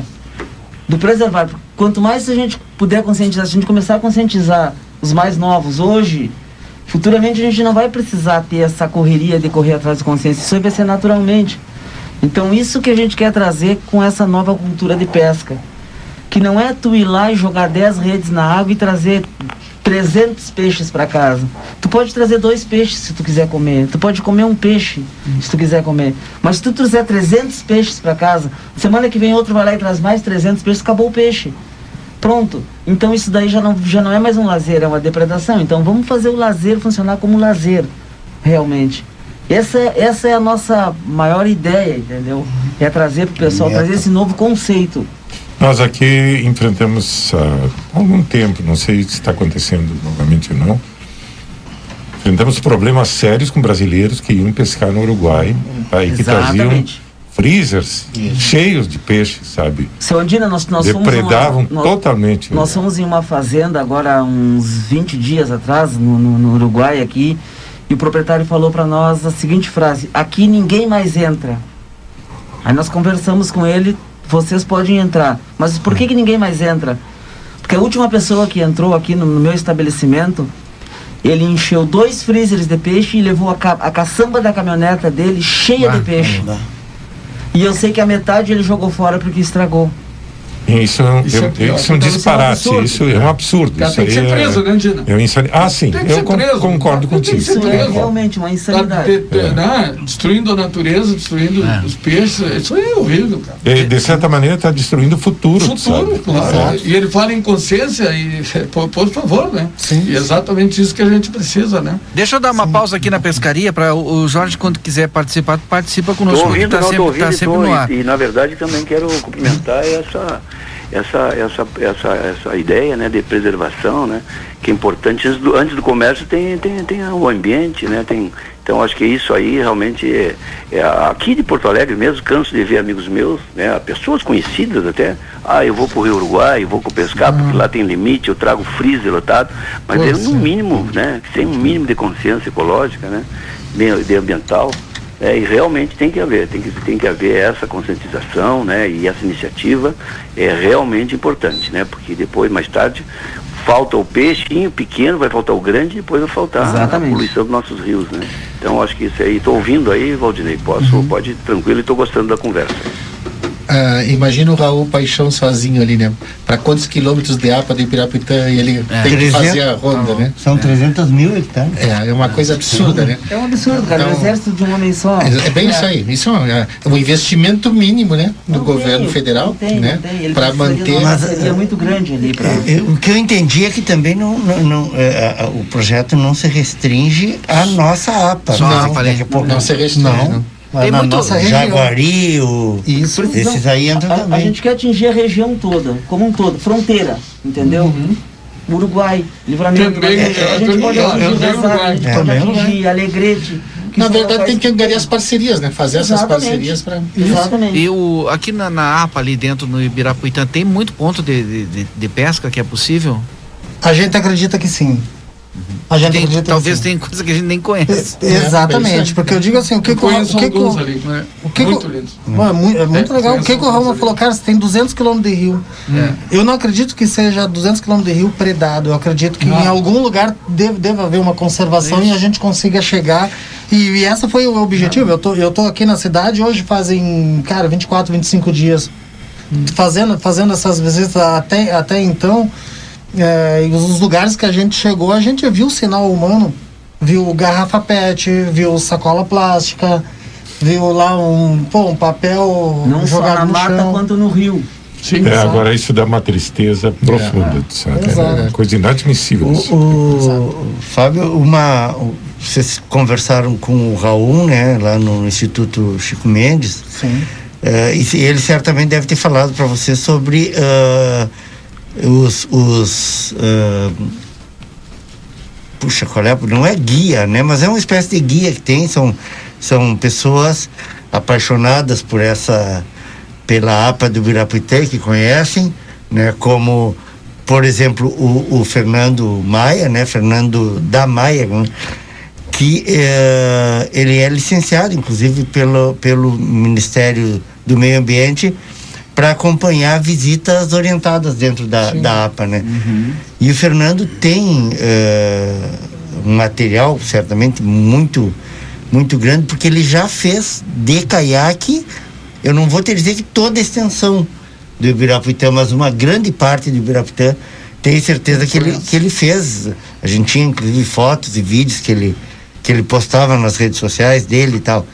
quanto mais a gente puder conscientizar, se a gente começar a conscientizar os mais novos hoje, futuramente a gente não vai precisar ter essa correria de correr atrás de consciência, isso vai ser naturalmente. Então isso que a gente quer trazer com essa nova cultura de pesca, que não é tu ir lá e jogar 10 redes na água e trazer 300 peixes para casa. Tu pode trazer 2 peixes se tu quiser comer, tu pode comer um peixe se tu quiser comer, mas se tu trouxer 300 peixes para casa, semana que vem outro vai lá e traz mais 300 peixes, acabou o peixe. Pronto. Então isso daí já não é mais um lazer, é uma depredação. Então vamos fazer o lazer funcionar como lazer, realmente. Essa é a nossa maior ideia, entendeu? É trazer para o pessoal, trazer esse novo conceito. Nós aqui enfrentamos há algum tempo, não sei se está acontecendo novamente ou não, enfrentamos problemas sérios com brasileiros que iam pescar no Uruguai, aí que traziam freezers cheios de peixe, sabe? Seu Andina, nós depredavam totalmente. Nós fomos em uma fazenda agora uns 20 dias atrás, no Uruguai aqui, e o proprietário falou para nós a seguinte frase: aqui ninguém mais entra. Aí nós conversamos com ele: vocês podem entrar, mas por que ninguém mais entra? Porque a última pessoa que entrou aqui no meu estabelecimento, ele encheu 2 freezers de peixe e levou a caçamba da caminhoneta dele cheia de peixe. E eu sei que a metade ele jogou fora porque estragou. Isso é um disparate, isso é um absurdo. Isso tem que ser preso, né, Dina? Sim, eu concordo contigo. Isso é realmente uma insanidade. Destruindo a natureza, destruindo os peixes, isso é horrível, cara. De certa maneira está destruindo o futuro. Futuro, claro. E ele fala em consciência e, por favor, né? Sim. E é exatamente isso que a gente precisa, né? Deixa eu dar uma pausa aqui na pescaria para o Jorge, quando quiser participar, participa conosco. Tô ouvindo, tá sempre no ar. E na verdade também quero cumprimentar essa ideia, né, de preservação, né, que é importante. Antes do comércio tem o ambiente, né, tem Então acho que isso aí realmente aqui de Porto Alegre mesmo, canso de ver amigos meus, né, pessoas conhecidas até, eu vou pro Rio Uruguai, vou pescar porque lá tem limite, eu trago freezer lotado, mas no mínimo, né, que tem um mínimo de consciência ecológica, né, de ambiental, e realmente tem que haver essa conscientização, né, e essa iniciativa é realmente importante, né, porque depois, mais tarde, falta o peixinho pequeno, vai faltar o grande, depois vai faltar a poluição dos nossos rios, né? Então acho que isso aí, estou ouvindo aí, Valdinei, pode ir tranquilo, e estou gostando da conversa. Imagina o Raul Paixão sozinho ali, né? Para quantos quilômetros de APA de Ibirapuitã e ele tem que fazer a ronda, né? São 300 mil hectares. É uma coisa absurda, né? É um absurdo, cara. Então, o exército de um homem só. É bem isso aí. Isso é um investimento mínimo, né? Do governo federal, né? Para manter. Mas seria muito grande ali. O que eu entendi é que também o projeto não se restringe à nossa APA. Não se restringe, não. Tem na nossa região. Jaguari, esses aí entram também. A gente quer atingir a região toda, como um todo, fronteira, entendeu? Uruguai, Livramento, também, a gente pode atingir Alegrete. Na verdade tem que angariar as parcerias, né? Fazer essas parcerias para... Exatamente. E aqui na APA, ali dentro no Ibirapuitã, tem muito ponto de pesca que é possível? A gente acredita que sim. A gente acredita talvez tem coisa que a gente nem conhece. Exatamente, porque eu digo assim, é muito legal. O que o Raul falou, cara, você tem 200 km de rio. Eu não acredito que seja 200 km de rio predado. Eu acredito que em algum lugar deve haver uma conservação e a gente consiga chegar. E esse foi o objetivo. Eu tô aqui na cidade hoje fazem, 24, 25 dias fazendo essas visitas até então. Os lugares que a gente chegou, a gente viu o sinal humano, viu garrafa PET, viu sacola plástica, viu lá um papel não jogado só na no mata chão. quanto no rio. Sim, agora isso dá uma tristeza profunda, sabe? É coisa inadmissível. Fábio, vocês conversaram com o Raul, né, lá no Instituto Chico Mendes. Sim. E ele certamente deve ter falado para você sobre não é guia, né? Mas é uma espécie de guia que tem, são pessoas apaixonadas pela APA do Ibirapuitã, que conhecem, né? Como, por exemplo, o Fernando Maia, né? Fernando da Maia, que ele é licenciado, inclusive, pelo Ministério do Meio Ambiente, para acompanhar visitas orientadas dentro da APA, né? E o Fernando tem um material certamente muito, muito grande, porque ele já fez de caiaque, eu não vou te dizer que toda a extensão do Ibirapuitã, mas uma grande parte do Ibirapuitã, tenho certeza que ele fez. A gente tinha inclusive fotos e vídeos que ele postava nas redes sociais dele e tal.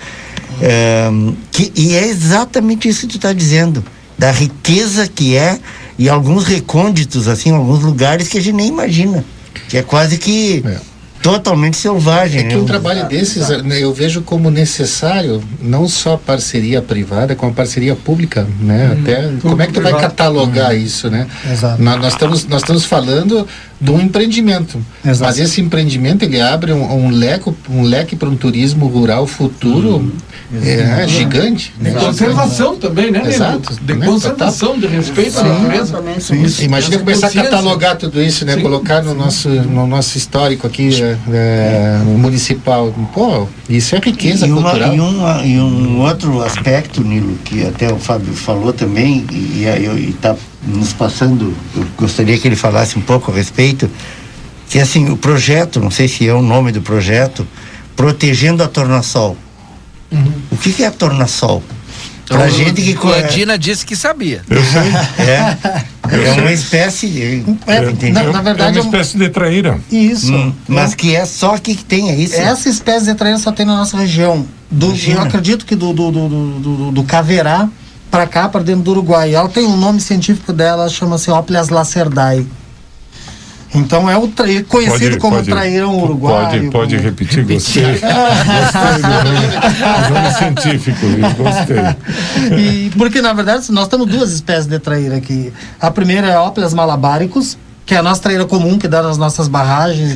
E é exatamente isso que tu está dizendo, da riqueza que é, e alguns recônditos, assim, alguns lugares que a gente nem imagina, que é quase que totalmente selvagem. É que um trabalho desses, eu vejo como necessário não só parceria privada, como parceria pública, né? Até como é que tu vai catalogar isso, né? Exato. Nós estamos falando de um empreendimento. Exato. Mas esse empreendimento, ele abre um leque para um turismo rural futuro gigante. De conservação também, né? Exato. De conservação, de respeito à natureza. Imagina começar a catalogar tudo isso, né? Colocar no nosso histórico aqui municipal. Pô, isso é riqueza cultural. E um outro aspecto, Nilo, que até o Fábio falou também, e está nos passando, eu gostaria que ele falasse um pouco a respeito, que assim, o projeto, não sei se é o nome do projeto, Protegendo a Tornassol. O que é a Tornassol? Pra gente que a Dina disse que sabia. Eu sei. É uma espécie de... Na verdade, é uma espécie de traíra. Isso. Mas que é só aqui que tem, é isso? Essa espécie de traíra só tem na nossa região. Eu acredito que do Caverá para cá, para dentro do Uruguai. Ela tem um nome científico dela, chama-se Opleas lacerdae. Então é conhecido como trairão uruguaio. Pode repetir, gostei. Gostei do nome científico, gostei. E porque na verdade nós temos duas espécies de traíra aqui. A primeira é Opleas malabaricus, que é a nossa traíra comum que dá nas nossas barragens.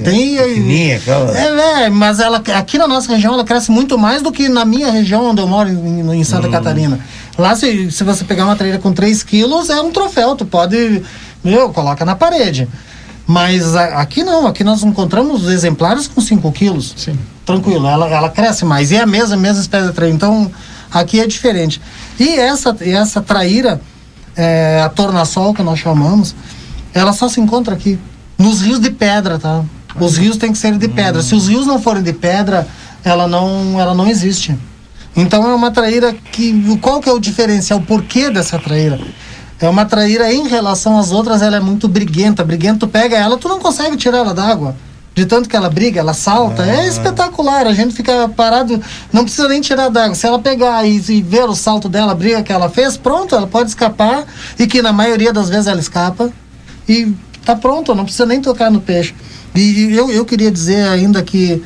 Mas ela, aqui na nossa região, ela cresce muito mais do que na minha região, onde eu moro, em Santa Catarina. Lá, se você pegar uma traíra com 3 quilos, é um troféu, tu pode, coloca na parede. Mas aqui não, aqui nós encontramos exemplares com 5 quilos. Sim. Tranquilo, ela cresce mais. E é a mesma espécie de traíra. Então, aqui é diferente. E essa traíra, a tornassol, que nós chamamos, ela só se encontra aqui, nos rios de pedra, tá? Os rios têm que ser de pedra. Se os rios não forem de pedra, ela não existe. Então é uma traíra qual que é o diferencial? O porquê dessa traíra? É uma traíra em relação às outras, ela é muito briguenta. Tu pega ela, tu não consegue tirar ela d'água. De tanto que ela briga, ela salta, é espetacular. A gente fica parado, não precisa nem tirar d'água. Se ela pegar e ver o salto dela, a briga que ela fez, pronto, ela pode escapar. E que na maioria das vezes ela escapa. E tá pronto, não precisa nem tocar no peixe. E eu queria dizer ainda que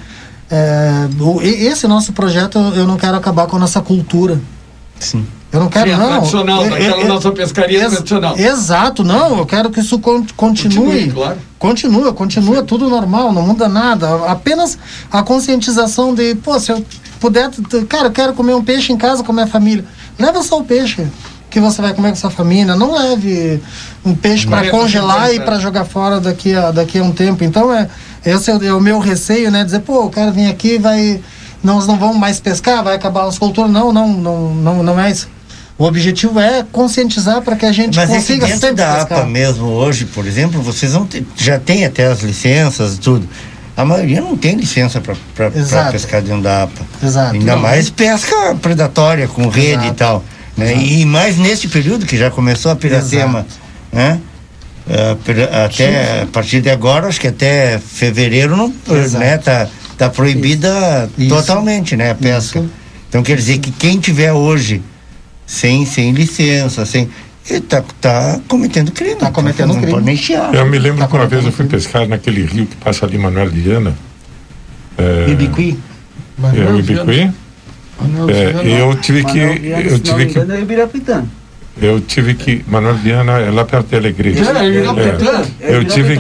esse nosso projeto, eu não quero acabar com a nossa cultura. Sim. Eu não quero, não. Tradicional, daquela nossa pescaria tradicional. Exato, não, eu quero que isso continue. Claro. Continua tudo normal, não muda nada. Apenas a conscientização de, se eu puder, cara, eu quero comer um peixe em casa com a minha família. Leva só o peixe que você vai comer com sua família. Não leve um peixe para congelar e para jogar fora daqui a um tempo. Então, esse é o meu receio, né? Dizer, o cara vem aqui, nós não vamos mais pescar, vai acabar as culturas. Não é isso. O objetivo é conscientizar para que a gente consiga sempre pescar. da APA mesmo hoje, por exemplo, vocês já têm até as licenças e tudo. A maioria não tem licença para pescar dentro da APA. Exato. Ainda mais pesca predatória, com rede e tal. Né? E mais neste período que já começou a Piracema, né? Até a partir de agora, acho que até fevereiro né? Tá proibida totalmente, né, a pesca. Então quer dizer que quem tiver hoje sem licença, ele tá cometendo crime. Tá cometendo crime. Não pode nem chiar. Eu me lembro que uma vez eu fui pescar naquele rio que passa ali, Manuel Viana. Ibicuí. O Ibicuí. Eu tive que Manuel Viana é lá perto da igreja. Eu tive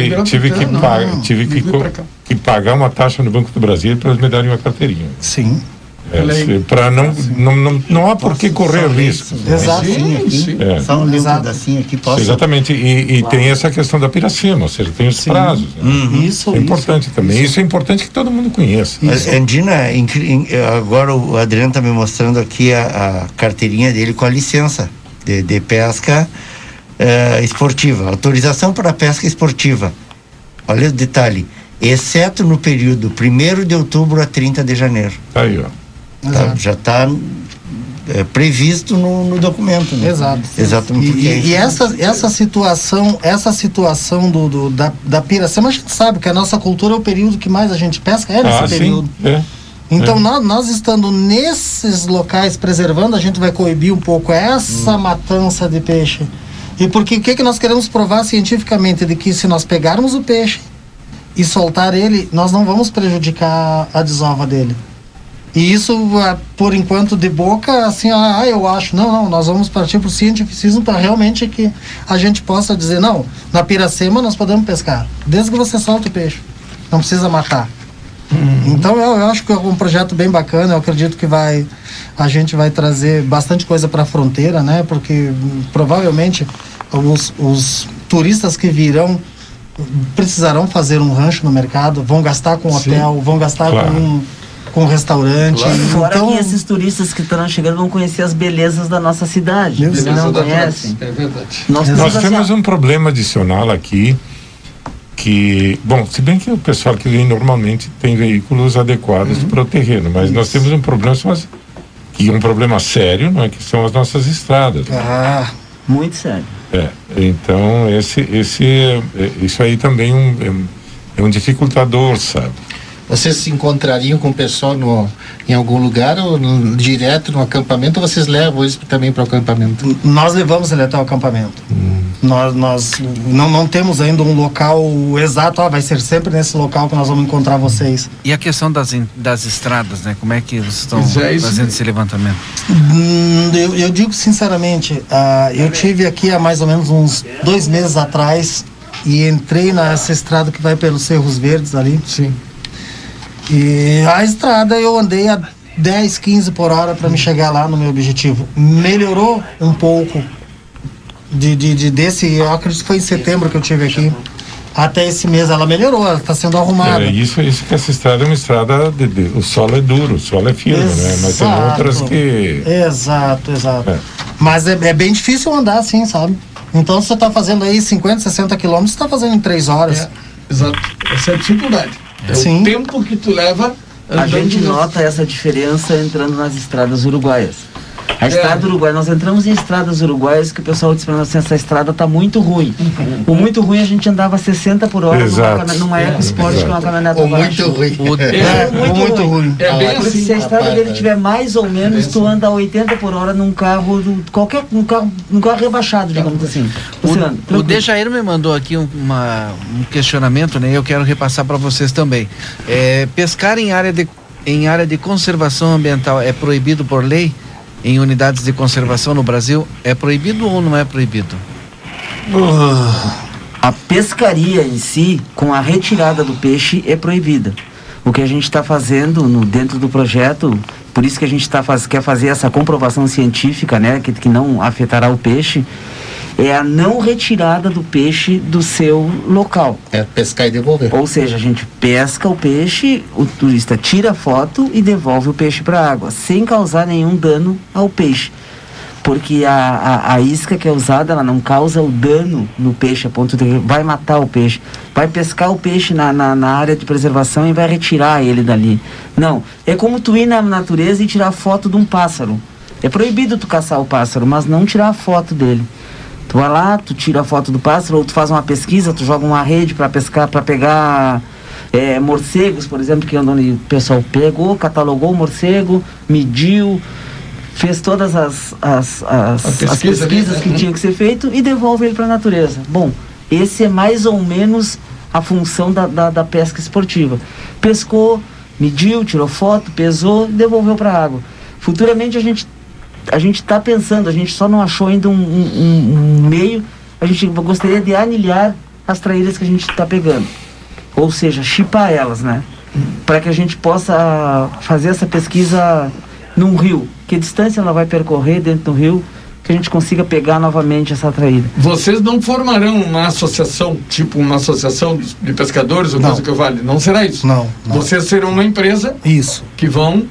que pagar uma taxa no Banco do Brasil para eles me darem uma carteirinha. Sim. Para não há por que correr risco. Exato. Só um pedacinho aqui posso. Exatamente. E tem essa questão da Piracema, ou seja, tem os prazos. Né? Isso é importante também. Isso é importante que todo mundo conheça. Andina, agora o Adriano está me mostrando aqui a carteirinha dele com a licença de pesca esportiva, autorização para pesca esportiva. Olha o detalhe, exceto no período 1º de outubro a 30 de janeiro. Aí, ó. Já está previsto no documento, né? Exato. Exatamente. E essa situação da Piracema, a gente sabe que a nossa cultura é o período que mais a gente pesca, nesse período. Sim. Então, nós estando nesses locais preservando, a gente vai coibir um pouco essa matança de peixe. E porque o que nós queremos provar cientificamente? De que se nós pegarmos o peixe e soltar ele, nós não vamos prejudicar a desova dele. E isso, por enquanto, de boca, assim, eu acho. Não, nós vamos partir para o cientificismo para realmente que a gente possa dizer, não, na Piracema nós podemos pescar, desde que você solta o peixe. Não precisa matar. Então eu acho que é um projeto bem bacana. Eu acredito que a gente vai trazer bastante coisa para a fronteira, né? Porque provavelmente os turistas que virão precisarão fazer um rancho no mercado, vão gastar com hotel, vão gastar com restaurante. Fora então, que esses turistas que estão chegando vão conhecer as belezas da nossa cidade. Eles não conhecem. É verdade. Nós temos um problema adicional aqui, que, bom, se bem que o pessoal que vem normalmente tem veículos adequados para o terreno, mas nós temos um problema, um problema sério, não é, que são as nossas estradas. Muito sério. Então isso aí também é um dificultador, sabe? Vocês se encontrariam com o pessoal em algum lugar ou direto no acampamento, ou vocês levam eles também para o acampamento? Nós levamos ele até o acampamento. Nós não temos ainda um local exato, vai ser sempre nesse local que nós vamos encontrar vocês. E a questão das estradas, né? Como é que vocês estão fazendo esse levantamento? Eu digo sinceramente, eu tive aqui há mais ou menos uns 2 meses atrás e entrei nessa estrada que vai pelos Cerros Verdes ali. Sim. E a estrada eu andei a 10, 15 por hora para me chegar lá no meu objetivo. Melhorou um pouco desse, eu acredito que foi em setembro que eu tive aqui. Até esse mês ela melhorou, ela está sendo arrumada. Isso que essa estrada é uma estrada, o solo é duro, o solo é firme, né? Mas tem outras que... Exato. Mas é bem difícil andar assim, sabe? Então, se você está fazendo aí 50, 60 quilômetros, você está fazendo em 3 horas. Exato. Essa é a dificuldade. Sim. O tempo que tu leva... A gente nota essa diferença entrando nas estradas uruguaias. A estrada uruguaia, nós entramos em estradas uruguaias que o pessoal disse pra nós assim, essa estrada tá muito ruim. O muito ruim a gente andava 60 por hora numa EcoSport com uma caminhoneta muito ruim. Muito ruim. É bem assim, se a estrada dele tiver mais ou menos, tu anda 80 por hora num carro, num carro rebaixado, digamos assim. O Dejair me mandou aqui um questionamento, né? Eu quero repassar para vocês também. Pescar em área de conservação ambiental é proibido por lei? Em unidades de conservação no Brasil, é proibido ou não é proibido? A pescaria em si, com a retirada do peixe, é proibida. O que a gente está fazendo dentro do projeto, por isso que a gente quer fazer essa comprovação científica, né, que não afetará o peixe, é a não retirada do peixe do seu local. É pescar e devolver. Ou seja, a gente pesca o peixe, o turista tira a foto e devolve o peixe para a água, sem causar nenhum dano ao peixe. Porque a isca que é usada, ela não causa o dano no peixe, a ponto de vai matar o peixe. Vai pescar o peixe na área de preservação e vai retirar ele dali. Não, é como tu ir na natureza e tirar foto de um pássaro. É proibido tu caçar o pássaro, mas não tirar a foto dele. Tu vai lá, tu tira a foto do pássaro, ou tu faz uma pesquisa, tu joga uma rede para pescar, para pegar morcegos, por exemplo, que o pessoal pegou, catalogou o morcego, mediu, fez todas as pesquisas que tinha que ser feito e devolve ele para a natureza. Bom, esse é mais ou menos a função da pesca esportiva. Pescou, mediu, tirou foto, pesou e devolveu para a água. Futuramente a gente está pensando, a gente só não achou ainda um meio, a gente gostaria de anilhar as traíras que a gente está pegando, ou seja, chipar elas, né? Para que a gente possa fazer essa pesquisa num rio. Que distância ela vai percorrer dentro do rio, que a gente consiga pegar novamente essa traíra. Vocês não formarão uma associação, tipo uma associação de pescadores ou coisa que vale? Não será isso? Não. Vocês serão uma empresa que vão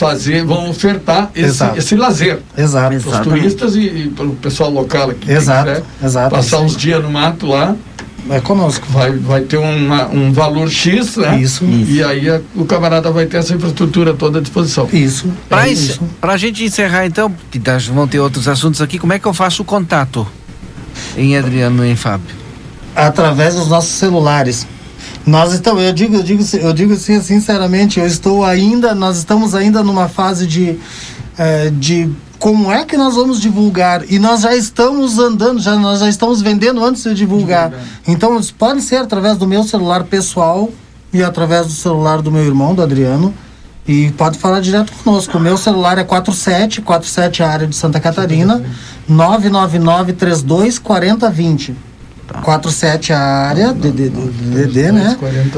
ofertar esse lazer. Exato. Para os turistas e para o pessoal local aqui. Exato. Passar uns dias no mato lá. É conosco. Vai ter um valor X, né? Isso. E aí o camarada vai ter essa infraestrutura toda à disposição. Isso. Para a gente encerrar então, que vão ter outros assuntos aqui, como é que eu faço o contato em Adriano e em Fábio? Através dos nossos celulares. Eu digo assim, sinceramente, nós estamos ainda numa fase de como é que nós vamos divulgar, e nós já estamos andando, nós já estamos vendendo antes de divulgar. Então, pode ser através do meu celular pessoal e através do celular do meu irmão, do Adriano, e pode falar direto conosco. O meu celular é 47 a área de Santa Catarina, 999-32-4020. 47 a área, DD, né?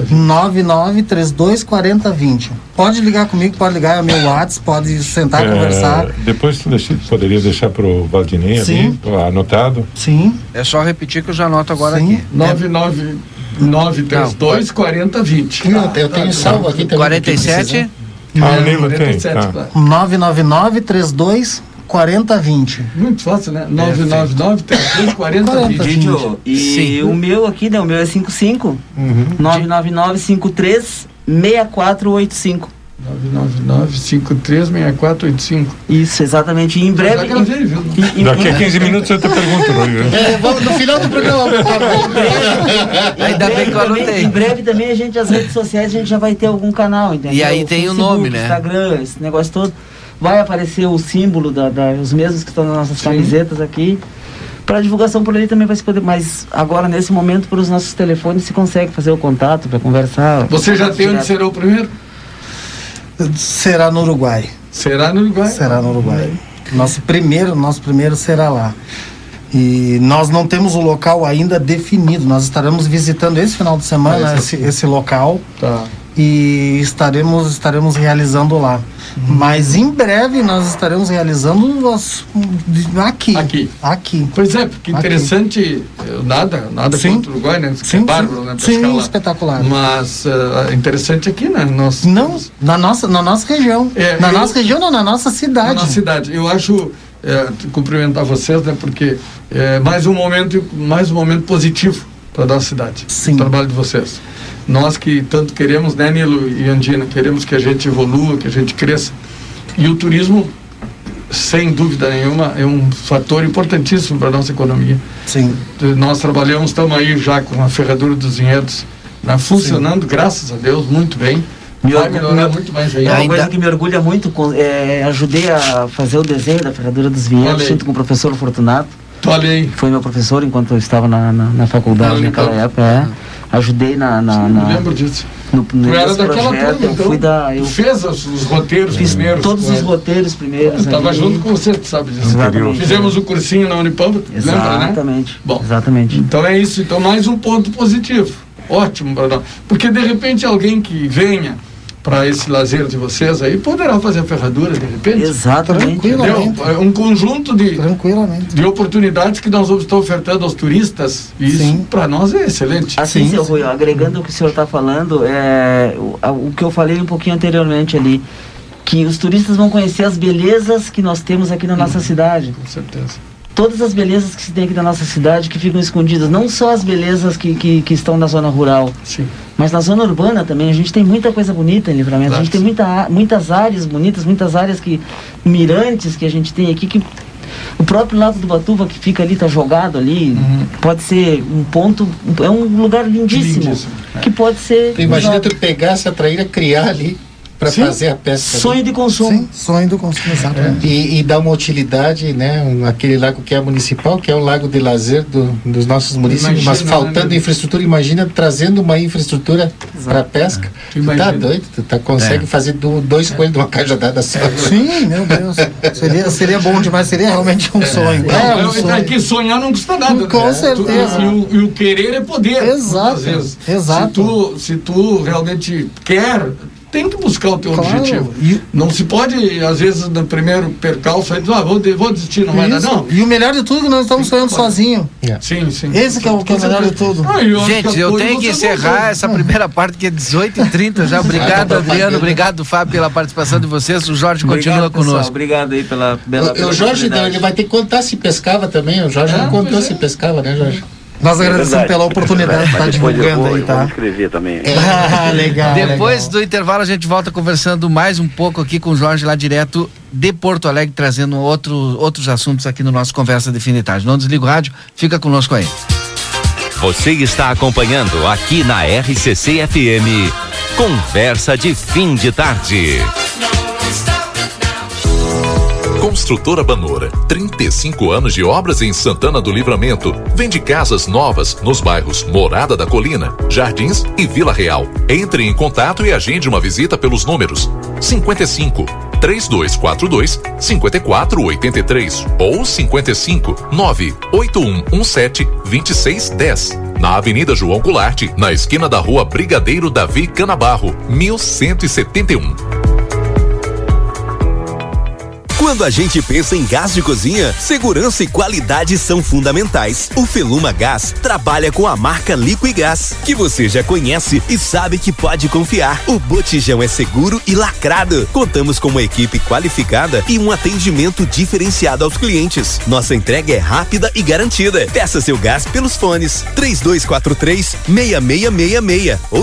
99324020. Pode ligar comigo, pode ligar, é meu WhatsApp, pode sentar, conversar. Depois tu poderia deixar pro Valdinei ali, anotado? Sim. É só repetir que eu já anoto agora aqui. 999324020. Eu tenho salvo aqui também. 47? O Nilo tem. 999-32-4020. Muito fácil, né? 999-32-4020. E o meu aqui, né? O meu é 55 999-53-6485. 999-53-6485. Isso, exatamente. E em breve. Daqui a 15 minutos eu te pergunto, no final do programa. Ainda bem que eu anotei. Em breve também as redes sociais a gente já vai ter algum canal, entendeu? E aí tem o nome, né? Instagram, esse negócio todo. Vai aparecer o símbolo os mesmos que estão nas nossas camisetas aqui. Para divulgação por ali também vai se poder, mas agora nesse momento por os nossos telefones se consegue fazer o contato para conversar. Você já tem onde será o primeiro? Será no Uruguai. Será no Uruguai? Será no Uruguai. Nosso primeiro será lá. E nós não temos o local ainda definido. Nós estaremos visitando esse final de semana esse local. Tá. E estaremos realizando lá. Mas em breve nós estaremos realizando aqui. Pois é, porque interessante, nada contra o Uruguai, né? Sim, bárbaro, né? Sim, espetacular. Mas interessante aqui, né? Na nossa região. Na nossa cidade. Na nossa cidade. Eu acho, cumprimentar vocês, né? Porque é mais um momento positivo para a nossa cidade. Sim. O trabalho de vocês. Nós que tanto queremos, né, Nilo e Andina, queremos que a gente evolua, que a gente cresça. E o turismo, sem dúvida nenhuma, é um fator importantíssimo para a nossa economia. Sim. Nós estamos aí já com a Ferradura dos Vinhedos, né, funcionando, graças a Deus, muito bem. Vai melhorar muito mais ainda. É uma coisa que me orgulha muito, ajudei a fazer o desenho da Ferradura dos Vinhedos, junto com o professor Fortunato. Foi meu professor enquanto eu estava na faculdade naquela época. Ajudei Não lembro disso. Tu era daquela turma, então? Fez os roteiros primeiros? Todos os roteiros primeiros. Eu estava junto com você, tu sabe disso. Exatamente. Fizemos o cursinho na Unipampa, lembra, né? Exatamente. Bom, exatamente. Então é isso. Então mais um ponto positivo. Ótimo para nós. Porque de repente alguém que venha para esse lazer de vocês aí, poderá fazer a ferradura de repente. Exatamente. Tranquilamente. É um conjunto de oportunidades que nós vamos estar ofertando aos turistas, e isso para nós é excelente. Assim, seu Rui, agregando o que o senhor está falando, o que eu falei um pouquinho anteriormente ali, que os turistas vão conhecer as belezas que nós temos aqui na nossa cidade. Com certeza. Todas as belezas que se tem aqui na nossa cidade que ficam escondidas, não só as belezas que estão na zona rural, sim, mas na zona urbana também. A gente tem muita coisa bonita em Livramento, a gente tem muitas áreas bonitas, muitas áreas mirantes que a gente tem aqui, que o próprio Lago do Batuva que fica ali, tá jogado ali, pode ser um ponto, é um lugar lindíssimo. Que pode ser... Imagina tu pegar essa traíra, criar ali para fazer a pesca. Sonho de consumo. Sim, sonho do consumo, exatamente. E dá uma utilidade, né? Aquele lago que é municipal, que é o lago de lazer dos nossos municípios, mas faltando infraestrutura. Imagina trazendo uma infraestrutura para pesca. Tu tá doido? Tu consegue fazer dois coelhos de uma cajadada só. Sim, meu Deus. Seria bom demais, seria realmente um sonho. Que sonhar não custa nada. Com certeza. E o querer é poder. Exato. Às vezes. Exato. Se tu realmente quer, tem que buscar o teu objetivo. Não se pode, às vezes, no primeiro percalço, aí dizer, vou desistir, não vai dar, não. E o melhor de tudo é que nós estamos sonhando sozinhos. Sim, sim. Esse que é o melhor de tudo. Gente, eu tenho que encerrar essa primeira parte, que é 18h30 já. Obrigado, Adriano. Obrigado, Fábio, pela participação de vocês. O Jorge continua conosco. Obrigado aí pela o Jorge, ele vai ter que contar se pescava também. O Jorge não contou se pescava, né, Jorge? Nós agradecemos pela oportunidade de estar divulgando aí, tá? Eu vou escrever também. Legal. Depois do intervalo a gente volta conversando mais um pouco aqui com o Jorge lá direto de Porto Alegre, trazendo outros assuntos aqui no nosso Conversa de Fim de Tarde. Não desliga o rádio, fica conosco aí. Você está acompanhando aqui na RCC FM, Conversa de Fim de Tarde. Construtora Banora, 35 anos de obras em Santana do Livramento. Vende casas novas nos bairros Morada da Colina, Jardins e Vila Real. Entre em contato e agende uma visita pelos números 55 3242 5483 ou 55 98117 2610. Na Avenida João Goulart, na esquina da Rua Brigadeiro Davi Canabarro, 1171. Quando a gente pensa em gás de cozinha, segurança e qualidade são fundamentais. O Feluma Gás trabalha com a marca Liquigás, que você já conhece e sabe que pode confiar. O botijão é seguro e lacrado. Contamos com uma equipe qualificada e um atendimento diferenciado aos clientes. Nossa entrega é rápida e garantida. Peça seu gás pelos fones 3243-6666 ou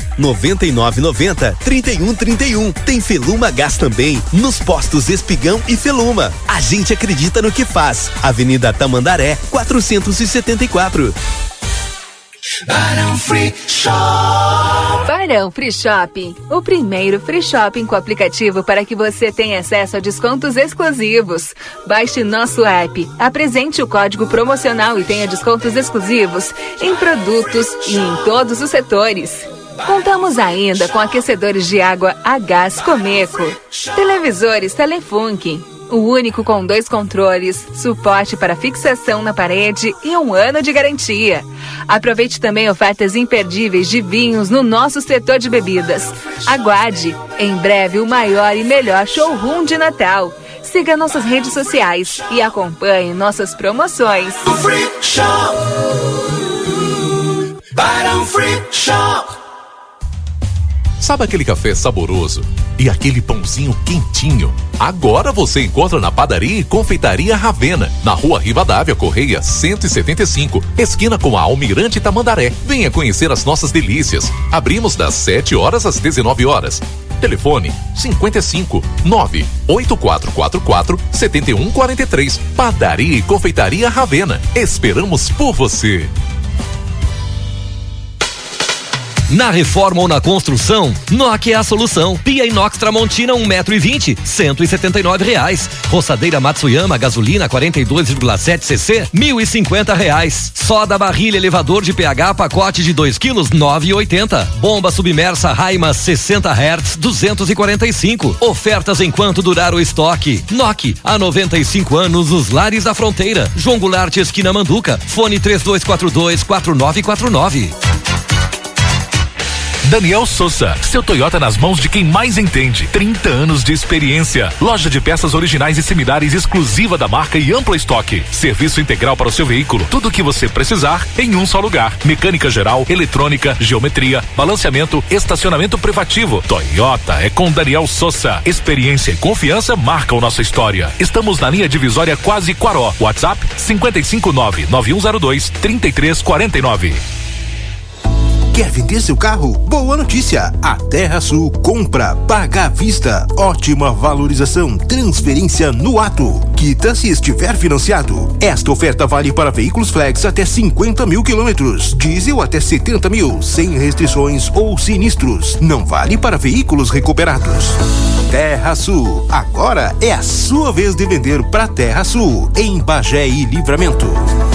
99990-3131. Tem Feluma Gás também nos postos Espigão e Feluma. A gente acredita no que faz. Avenida Tamandaré, 474. Barão Free Shop. Barão Free Shop, o primeiro free shopping com aplicativo para que você tenha acesso a descontos exclusivos. Baixe nosso app, apresente o código promocional e tenha descontos exclusivos em produtos e em todos os setores. Contamos ainda com aquecedores de água a gás Comeco, televisores Telefunk, o único com 2 controles, suporte para fixação na parede e 1 ano de garantia. Aproveite também ofertas imperdíveis de vinhos no nosso setor de bebidas. Aguarde, em breve o maior e melhor showroom de Natal. Siga nossas redes sociais e acompanhe nossas promoções. Free Shop. Barão Free Shop. Sabe aquele café saboroso e aquele pãozinho quentinho? Agora você encontra na Padaria e Confeitaria Ravena, na Rua Rivadavia Correia 175, esquina com a Almirante Tamandaré. Venha conhecer as nossas delícias. Abrimos das 7 horas às 19 horas. Telefone 55 98444 7143. Padaria e Confeitaria Ravena. Esperamos por você. Na reforma ou na construção, Nokia é a solução. Pia inox Tramontina 1,20 m, R$179. Roçadeira Matsuyama gasolina 42,7 cc, R$1.050. Soda barrilha elevador de pH pacote de 2 kg, R$9,80. Bomba submersa Raimas 60 Hz, 245. Ofertas enquanto durar o estoque. Nokia, há 95 anos nos lares da fronteira. João Goulart, esquina Manduca. Fone 3242-4949. Daniel Souza, seu Toyota nas mãos de quem mais entende. 30 anos de experiência. Loja de peças originais e similares exclusiva da marca e amplo estoque. Serviço integral para o seu veículo. Tudo o que você precisar em um só lugar. Mecânica geral, eletrônica, geometria, balanceamento, estacionamento privativo. Toyota é com Daniel Souza. Experiência e confiança marcam nossa história. Estamos na linha divisória Quase Quaró. WhatsApp 559-9102-3349. Quer vender seu carro? Boa notícia! A Terra Sul compra, paga à vista, ótima valorização, transferência no ato. Quita se estiver financiado. Esta oferta vale para veículos flex até 50 mil quilômetros, diesel até 70 mil, sem restrições ou sinistros. Não vale para veículos recuperados. Terra Sul, agora é a sua vez de vender para Terra Sul, em Bagé e Livramento.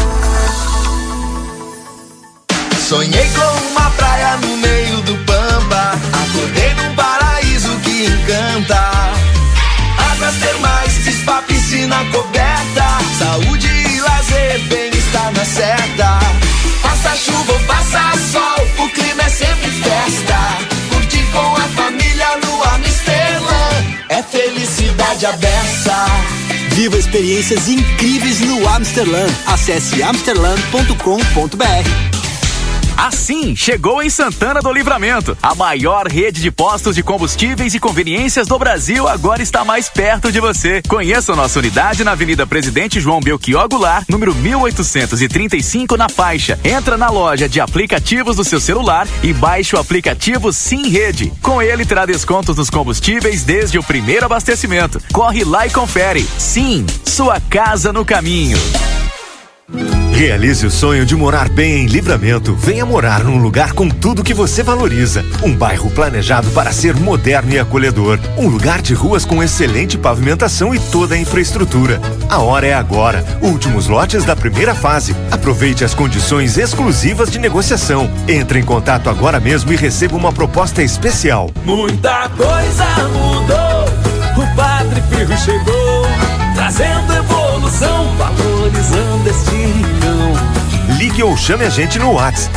Sonhei com uma praia no meio do Pampa, acordei num paraíso que encanta. Águas termais, spa, piscina coberta, saúde e lazer, bem-estar na certa. Faça chuva ou faça sol, o clima é sempre festa. Curtir com a família no Amsterdã, é felicidade à beça. Viva experiências incríveis no Amsterdã. Acesse amsterdã.com.br. Assim, chegou em Santana do Livramento. A maior rede de postos de combustíveis e conveniências do Brasil agora está mais perto de você. Conheça a nossa unidade na Avenida Presidente João Belchior Goulart, número 1835, na Faixa. Entra na loja de aplicativos do seu celular e baixe o aplicativo Sim Rede. Com ele terá descontos nos combustíveis desde o primeiro abastecimento. Corre lá e confere. Sim, sua casa no caminho. Realize o sonho de morar bem em Livramento. Venha morar num lugar com tudo que você valoriza. Um bairro planejado para ser moderno e acolhedor. Um lugar de ruas com excelente pavimentação e toda a infraestrutura. A hora é agora. Últimos lotes da primeira fase. Aproveite as condições exclusivas de negociação. Entre em contato agora mesmo e receba uma proposta especial. Muita coisa mudou, o Padre Pirro chegou, trazendo evolução, valorizando este rincão. Ligue ou chame a gente no WhatsApp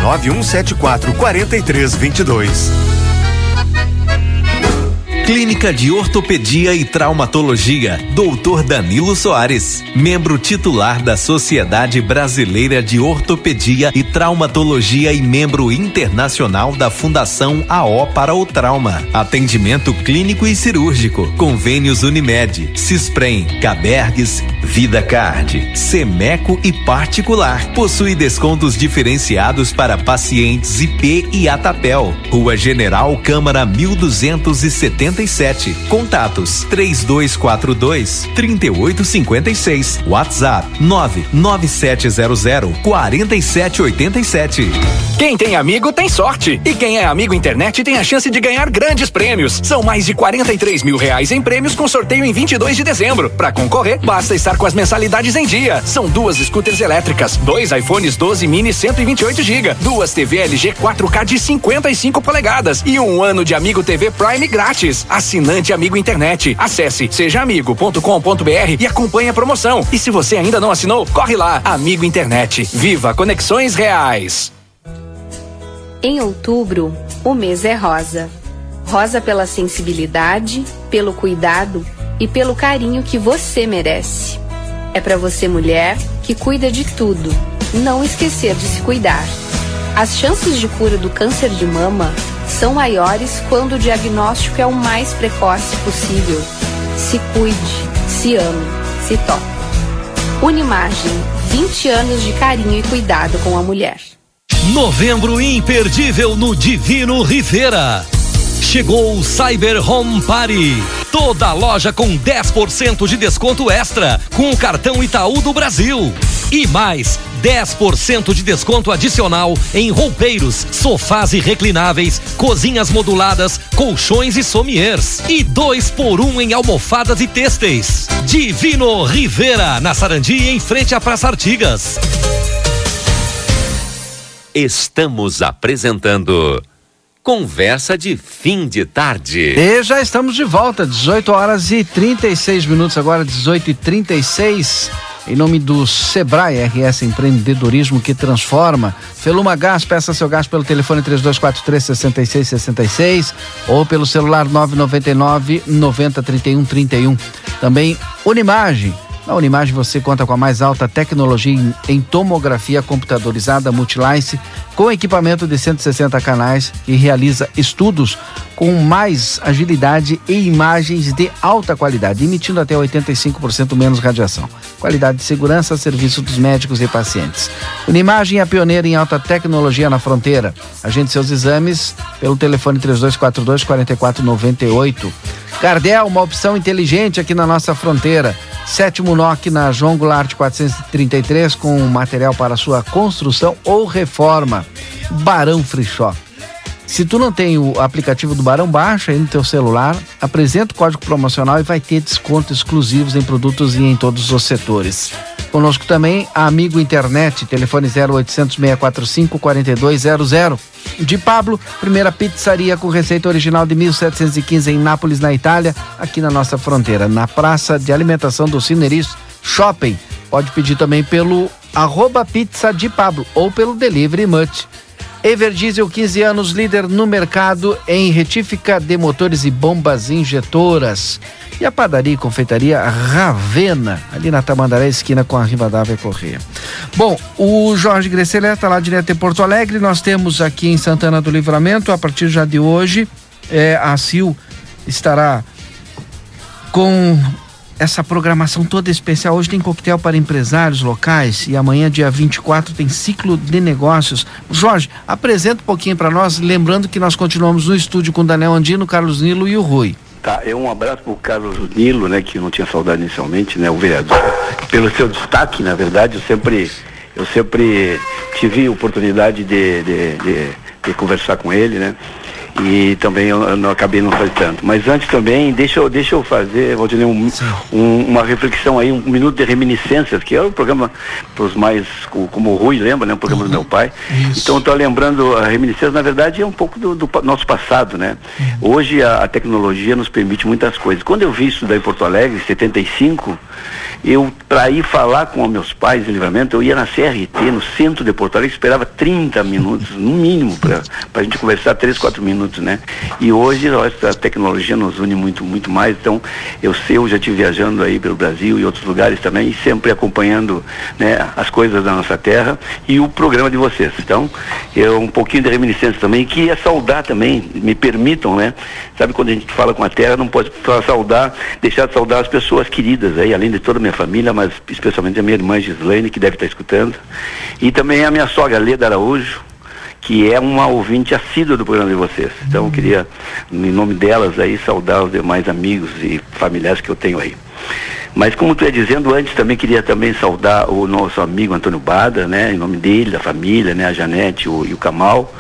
99174-4322. Clínica de Ortopedia e Traumatologia, Dr. Danilo Soares, membro titular da Sociedade Brasileira de Ortopedia e Traumatologia e membro internacional da Fundação AO para o Trauma. Atendimento clínico e cirúrgico, convênios Unimed, Cisprem, Cabergues, VidaCard, Semeco e particular. Possui descontos diferenciados para pacientes IP e Atapel. Rua General Câmara 1277. Contatos 3242-3856. WhatsApp 99700-4787. Quem tem amigo tem sorte. E quem é amigo internet tem a chance de ganhar grandes prêmios. São mais de R$43 mil em prêmios com sorteio em 22 de dezembro. Para concorrer, basta estar estar com as mensalidades em dia. São 2 scooters elétricas, 2 iPhones 12 mini 128 GB, 2 TV LG 4K de 55 polegadas e 1 ano de Amigo TV Prime grátis. Assinante Amigo Internet. Acesse sejaamigo.com.br e acompanhe a promoção. E se você ainda não assinou, corre lá. Amigo Internet. Viva conexões reais. Em outubro, o mês é rosa. Rosa pela sensibilidade, pelo cuidado e pelo carinho que você merece. É para você, mulher, que cuida de tudo, não esquecer de se cuidar. As chances de cura do câncer de mama são maiores quando o diagnóstico é o mais precoce possível. Se cuide, se ame, se toque. Unimagem, 20 anos de carinho e cuidado com a mulher. Novembro imperdível no Divino Rivera. Chegou o Cyber Home Party. Toda loja com 10% de desconto extra com o cartão Itaú do Brasil. E mais 10% de desconto adicional em roupeiros, sofás e reclináveis, cozinhas moduladas, colchões e sommiers. E 2 por 1 em almofadas e têxteis. Divino Rivera, na Sarandi, em frente à Praça Artigas. Estamos apresentando Conversa de Fim de Tarde. E já estamos de volta, 18h36, agora 18h36. Em nome do Sebrae RS Empreendedorismo que transforma. Feluma Gás, peça seu gás pelo telefone 3243-6666 ou pelo celular 999-90-3131. Também Unimagem. Na Unimagem você conta com a mais alta tecnologia em tomografia computadorizada Multilice, com equipamento de 160 canais que realiza estudos com mais agilidade e imagens de alta qualidade, emitindo até 85% menos radiação. Qualidade de segurança, serviço dos médicos e pacientes. Unimagem é a pioneira em alta tecnologia na fronteira. Agende seus exames pelo telefone 3242-4498. Gardel, uma opção inteligente aqui na nossa fronteira. 7º NOC na João Goulart 433 com material para sua construção ou reforma. Barão Free Shop. Se tu não tem o aplicativo do Barão, baixa aí no teu celular, apresenta o código promocional e vai ter descontos exclusivos em produtos e em todos os setores. Conosco também a Amigo Internet, telefone 0800-645-4200. De Pablo, primeira pizzaria com receita original de 1715 em Nápoles, na Itália, aqui na nossa fronteira, na praça de alimentação do Cineris Shopping. Pode pedir também pelo @pizza de Pablo ou pelo Delivery Much. Everdiesel, 15 anos, líder no mercado em retífica de motores e bombas injetoras. E a padaria e confeitaria Ravena, ali na Tamandaré, esquina com a Rivadavia Corrêa. Bom, o Jorge Gresseler está lá direto em Porto Alegre. Nós temos aqui em Santana do Livramento, a partir já de hoje, a CIL estará com essa programação toda especial. Hoje tem coquetel para empresários locais e amanhã, dia 24, tem ciclo de negócios. Jorge, apresenta um pouquinho para nós, lembrando que nós continuamos no estúdio com o Daniel Andino, Carlos Nilo e o Rui. Tá, um abraço pro Carlos Nilo, né, que eu não tinha saudade inicialmente, né, o vereador, pelo seu destaque. Na verdade, eu sempre tive oportunidade de conversar com ele, né, e também eu não acabei não fazendo tanto. Mas antes também, deixa eu fazer, Valdir, uma reflexão aí, um minuto de reminiscências, que é o programa pros mais, como o Rui lembra, né, o programa do meu pai. Isso. Então eu tô lembrando, a reminiscência, na verdade, é um pouco do nosso passado, né? Hoje a tecnologia nos permite muitas coisas. Quando eu vi estudar em Porto Alegre, em 75, para ir falar com meus pais em Livramento, eu ia na CRT, no centro de Porto Alegre, esperava 30 minutos, no mínimo, pra gente conversar 3, 4 minutos, né? E hoje a tecnologia nos une muito, muito mais. Então, eu já estive viajando aí pelo Brasil e outros lugares também, e sempre acompanhando, né, as coisas da nossa terra e o programa de vocês. Então, um pouquinho de reminiscência também, que é saudar também, me permitam, né? Sabe, quando a gente fala com a terra, não pode só deixar de saudar as pessoas queridas aí, além de toda a minha família, mas especialmente a minha irmã Gislaine, que deve estar escutando, e também a minha sogra Leda Araújo, que é uma ouvinte assídua do programa de vocês. Então eu queria, em nome delas aí, saudar os demais amigos e familiares que eu tenho aí. Mas como tu ia dizendo antes, também queria também saudar o nosso amigo Antônio Bada, né, em nome dele, da família, né, a Janete e o Camal,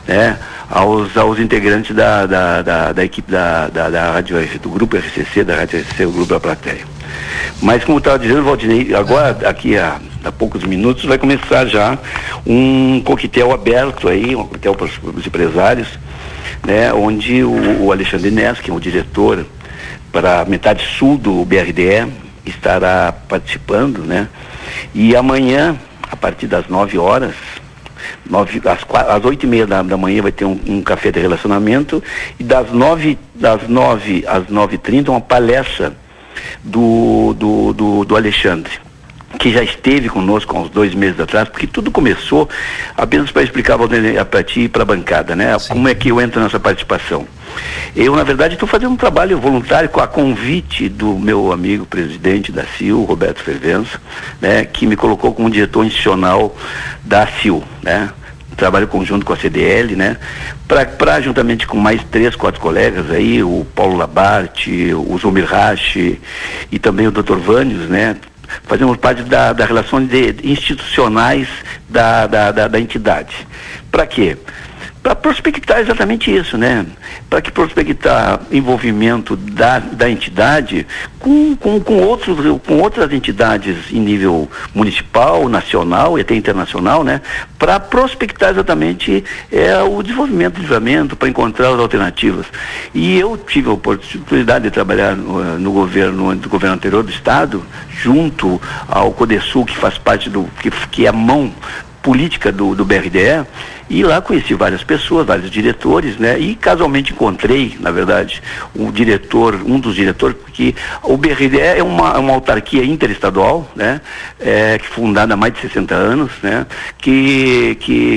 né, aos integrantes da equipe da rádio, do grupo RCC, da rádio RCC, o grupo da plateia. Mas como eu estava dizendo, Valdinei, agora aqui há poucos minutos vai começar já um coquetel aberto aí, um coquetel para os empresários, né, onde o Alexandre Ness, que é o diretor para a metade sul do BRDE, estará participando, né? E amanhã, a partir das 9 horas, às 8h30 da manhã vai ter um café de relacionamento, e das 9 às 9h30 uma palestra do Alexandre, que já esteve conosco há uns 2 meses atrás, porque tudo começou, apenas para explicar para ti e para a bancada, né? Sim. Como é que eu entro nessa participação. Eu, na verdade, estou fazendo um trabalho voluntário com a convite do meu amigo presidente da CIL, Roberto Fervenza, né, que me colocou como diretor institucional da CIL, né? Trabalho conjunto com a CDL, né? Para juntamente com mais 3, 4 colegas aí, o Paulo Labarte, o Zomir Rache e também o Dr. Vânios, né? Fazemos parte da relação institucionais da entidade. Para quê? Para prospectar exatamente isso, né? Para que prospectar envolvimento da entidade com outras entidades em nível municipal, nacional e até internacional, né? Para prospectar exatamente o desenvolvimento do livramento, para encontrar as alternativas. E eu tive a oportunidade de trabalhar no governo anterior do Estado, junto ao Codesul, que faz parte que é a mão política do BRDE, e lá conheci várias pessoas, vários diretores, né? E casualmente encontrei, na verdade, um dos diretores, porque o BRDE é uma autarquia interestadual, né? Fundada há mais de 60 anos, né? Que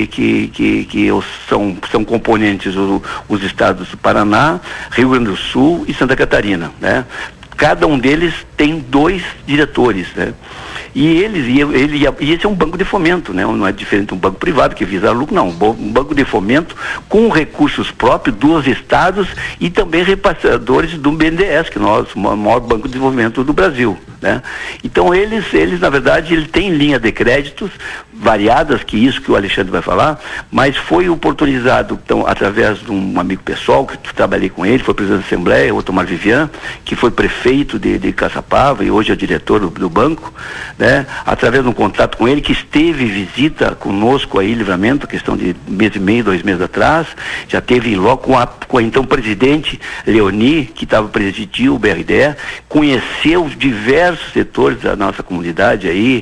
são componentes os estados do Paraná, Rio Grande do Sul e Santa Catarina, né? Cada um deles tem 2 diretores, né? E esse é um banco de fomento, né? Não é diferente de um banco privado que visa lucro, não. Um banco de fomento com recursos próprios dos estados e também repassadores do BNDES, que é o maior banco de desenvolvimento do Brasil, né? Então eles na verdade, têm linha de créditos variadas, que isso que o Alexandre vai falar, mas foi oportunizado, então, através de um amigo pessoal que trabalhei com ele, foi presidente da Assembleia, o Tomar Vivian, que foi prefeito de Caçapava e hoje é diretor do banco, né? Através de um contato com ele, que esteve em visita conosco aí, Livramento, questão de 1 mês e meio, 2 meses atrás, já teve logo com a então presidente Leoni, que estava presidindo o BRDE, conheceu diversos setores da nossa comunidade aí,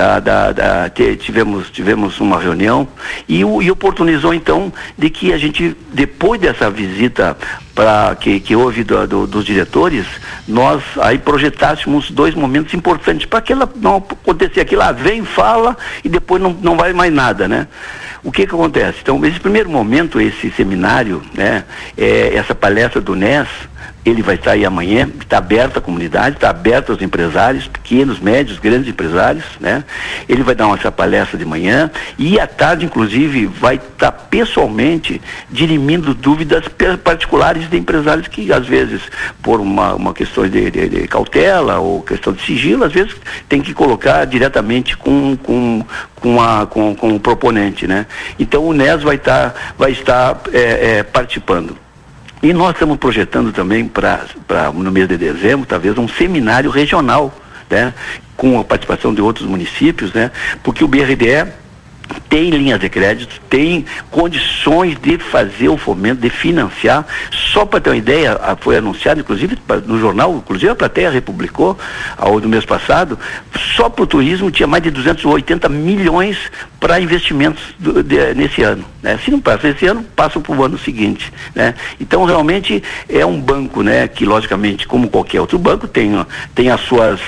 tivemos uma reunião e oportunizou então de que a gente, depois dessa visita que houve dos diretores, nós aí projetássemos 2 momentos importantes para que ela não acontecer aquilo lá, vem, fala e depois não vai mais nada, né? O que acontece? Então, esse primeiro momento, esse seminário, né, essa palestra do NES, ele vai estar aí amanhã, está aberto à comunidade, está aberto aos empresários, pequenos, médios, grandes empresários, né? Ele vai dar essa palestra de manhã e à tarde, inclusive, vai estar pessoalmente dirimindo dúvidas particulares de empresários que, às vezes, por uma questão de cautela ou questão de sigilo, às vezes tem que colocar diretamente com o proponente, né? Então o NES vai estar participando. E nós estamos projetando também para no mês de dezembro, talvez um seminário regional, né? Com a participação de outros municípios, né? Porque o BRDE tem linhas de crédito, tem condições de fazer o fomento, de financiar. Só para ter uma ideia, foi anunciado, inclusive no jornal, inclusive a Plateia republicou no mês passado, só para o turismo tinha mais de 280 milhões para investimentos nesse ano, né? Se não passa esse ano, passa para o ano seguinte, né? Então realmente é um banco, né, que logicamente, como qualquer outro banco, tem as suas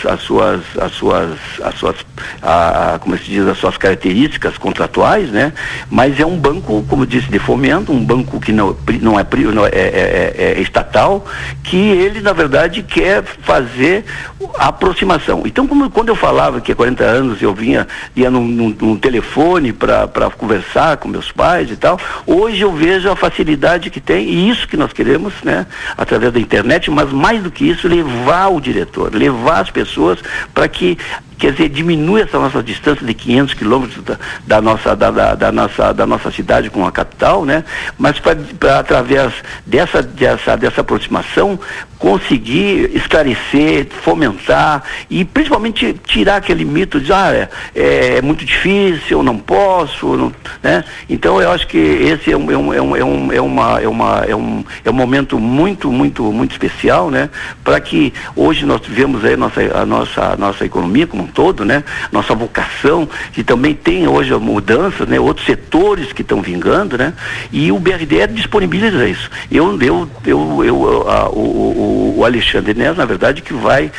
como se diz, as suas características contratuais, né? Mas é um banco, como eu disse, de fomento, um banco que não é estatal, que ele, na verdade, quer fazer a aproximação. Então, quando eu falava que há 40 anos eu ia num telefone para conversar com meus pais e tal, hoje eu vejo a facilidade que tem, e isso que nós queremos, né? Através da internet, mas mais do que isso, levar o diretor, levar as pessoas para que quer dizer, diminui essa nossa distância de 500 quilômetros da nossa cidade com a capital, né? Mas para através dessa aproximação conseguir esclarecer, fomentar e principalmente tirar aquele mito de é muito difícil, eu não posso, né? Então eu acho que esse é um momento muito especial, né? Para que hoje nós tivemos aí a nossa economia como um todo, né? Nossa vocação, que também tem hoje a mudança, né? Outros setores que estão vingando, né? E o BRDE disponibiliza isso. O Alexandre Nes, na verdade, que vai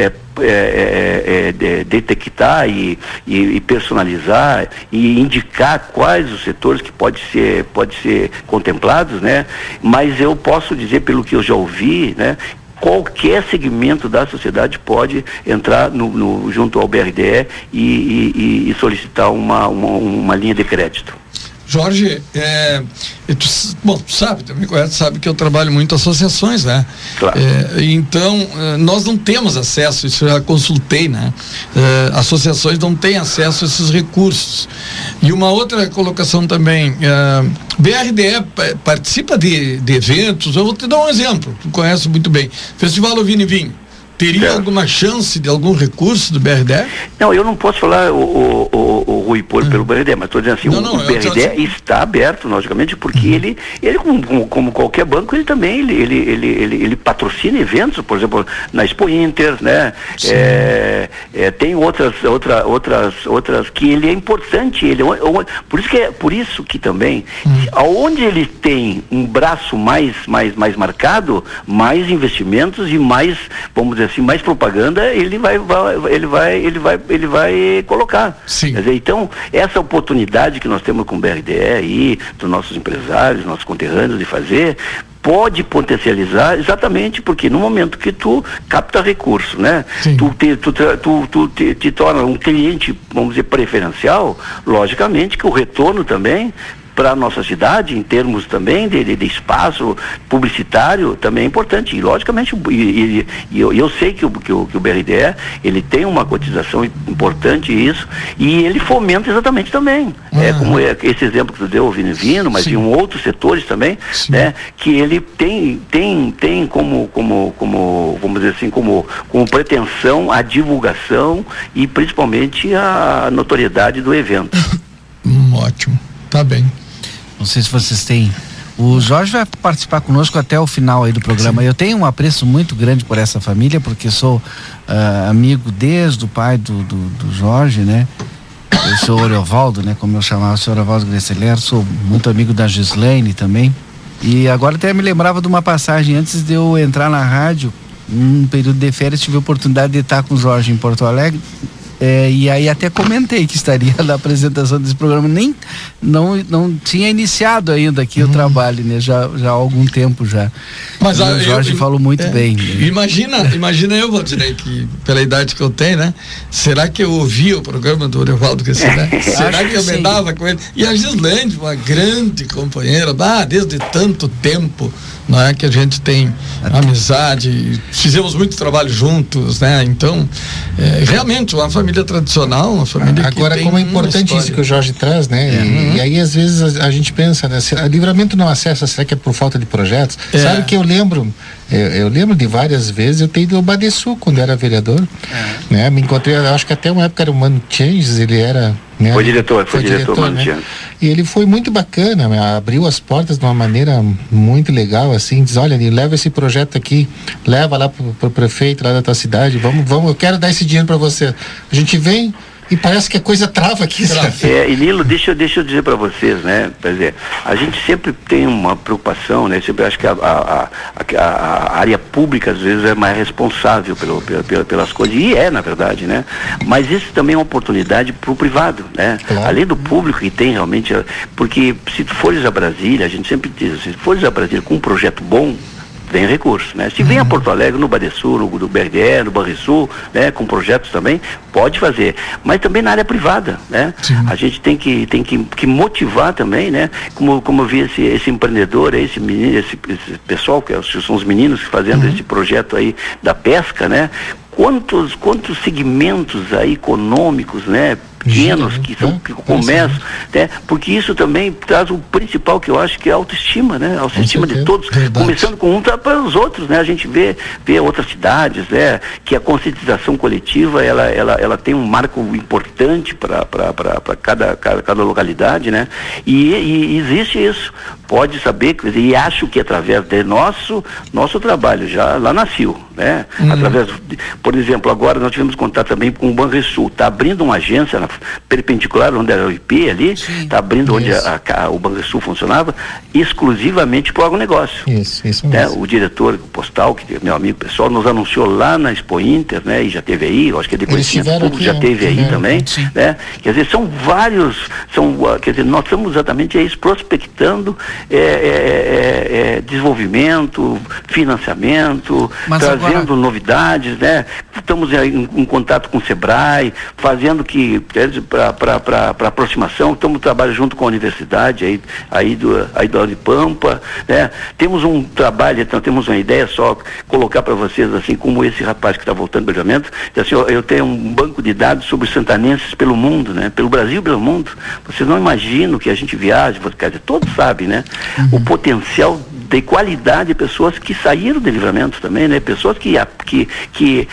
detectar e personalizar e indicar quais os setores que pode ser contemplados, né? Mas eu posso dizer, pelo que eu já ouvi, né? Qualquer segmento da sociedade pode entrar junto ao BRDE e solicitar uma linha de crédito. Jorge, tu sabe, também conhece, sabe que eu trabalho muito em associações, né? Claro. Então, nós não temos acesso, isso eu já consultei, né? Associações não têm acesso a esses recursos. E uma outra colocação também, BRDE participa de eventos, eu vou te dar um exemplo, tu conhece muito bem, Festival Vini Vinho. Teria alguma chance de algum recurso do BRDE? Não, eu não posso falar o Rui pelo BRDE, mas estou dizendo assim, o BRDE está aberto, logicamente, porque ele como qualquer banco, ele também ele patrocina eventos, por exemplo, na Expo Inter, né? Tem outras que ele é importante, por isso que também, aonde ele tem um braço mais marcado, mais investimentos e mais, vamos dizer assim, mais propaganda ele vai colocar. Sim. Quer dizer, então, essa oportunidade que nós temos com o BRDE aí, dos nossos empresários, nossos conterrâneos de fazer, pode potencializar exatamente porque no momento que tu capta recurso, né? Tu te torna um cliente, vamos dizer, preferencial, logicamente que o retorno também para a nossa cidade, em termos também de espaço publicitário, também é importante. E, logicamente, eu sei que o BRDE, ele tem uma cotização importante isso, e ele fomenta exatamente também. Como esse exemplo que tu deu, o Vino, mas em outros setores também, né? Que ele tem como vamos dizer assim, como pretensão a divulgação e principalmente a notoriedade do evento. Ótimo, tá bem. Não sei se vocês têm. O Jorge vai participar conosco até o final aí do programa. Eu tenho um apreço muito grande por essa família, porque sou amigo desde o pai do Jorge, né? Eu sou Oriovaldo, né? Como eu chamava, o senhor Oriovaldo Gresseler. Sou muito amigo da Gislaine também. E agora até me lembrava de uma passagem antes de eu entrar na rádio. Num período de férias tive a oportunidade de estar com o Jorge em Porto Alegre. E aí até comentei que estaria na apresentação desse programa, nem não tinha iniciado ainda aqui o trabalho, né? Já há algum tempo já. Mas o Jorge falou muito bem. Né? Imagina eu, Valdirei, que pela idade que eu tenho, né? Será que eu ouvia o programa do Oriovaldo Gresseler? Será que eu me dava com ele? E a Gislaine, uma grande companheira, desde tanto tempo, não é, que a gente tem amizade, fizemos muito trabalho juntos, né? Então, realmente uma família tradicional, uma família agora que como é importante isso que o Jorge traz, né? E aí às vezes a gente pensa, né? Se Livramento não acessa, será que é por falta de projetos? Sabe que eu lembro de várias vezes, eu tenho ido ao Badesul quando era vereador, né? Me encontrei, acho que até uma época era o Mano Changes, ele era, né? Foi diretor Mano, né? E ele foi muito bacana, né? Abriu as portas de uma maneira muito legal, assim, diz, olha, leva esse projeto aqui, leva lá pro prefeito lá da tua cidade, vamos, eu quero dar esse dinheiro para você. A gente vem e parece que a coisa trava aqui. E Nilo, deixa eu dizer para vocês, né? Quer dizer, a gente sempre tem uma preocupação, né? Sempre acho que a área pública às vezes é mais responsável pelas coisas, e na verdade, né? Mas isso também é uma oportunidade para o privado, né? Claro. Além do público que tem realmente, porque se fores a Brasília, a gente sempre diz, se fores a Brasília com um projeto bom, vem recurso, né? Se vem a Porto Alegre, no Badesul, no BRDE, no Banrisul, né? Com projetos também, pode fazer. Mas também na área privada, né? Sim. A gente tem que motivar também, né? Como eu vi esse empreendedor, esse menino, esse pessoal, que são os meninos fazendo esse projeto aí da pesca, né? quantos segmentos aí econômicos, né? Pequenos, que começam, né? Porque isso também traz o principal que eu acho que é a autoestima, né? A autoestima de todos, começando com um para os outros, né? A gente vê outras cidades, né? Que a conscientização coletiva, ela tem um marco importante para cada localidade, né? E existe isso, pode saber, quer dizer, e acho que através de nosso trabalho já lá na CIL, né? Através, por exemplo, agora nós tivemos contato também com o Banrisul, está abrindo uma agência perpendicular onde era o IP ali, está abrindo onde o Banrisul funcionava, exclusivamente para o agronegócio. Isso né? O diretor postal, que é meu amigo pessoal, nos anunciou lá na Expo Inter, né? E já teve aí, eu acho que depois público já teve aí também, né? Quer dizer, são vários, quer dizer, nós estamos exatamente isso, prospectando desenvolvimento, financiamento, mas trazendo novidades, né? Estamos em contato com o Sebrae, fazendo que para aproximação, estamos trabalhando junto com a universidade aí da Unipampa, né? Temos um trabalho, então temos uma ideia só, colocar para vocês assim, como esse rapaz que está voltando do livramento, assim, eu tenho um banco de dados sobre os santanenses pelo mundo, né? Pelo Brasil e pelo mundo. Vocês não imaginam que a gente viaja, quer dizer, todos sabem, né? O potencial de qualidade de pessoas que saíram do livramento também, né? Pessoas que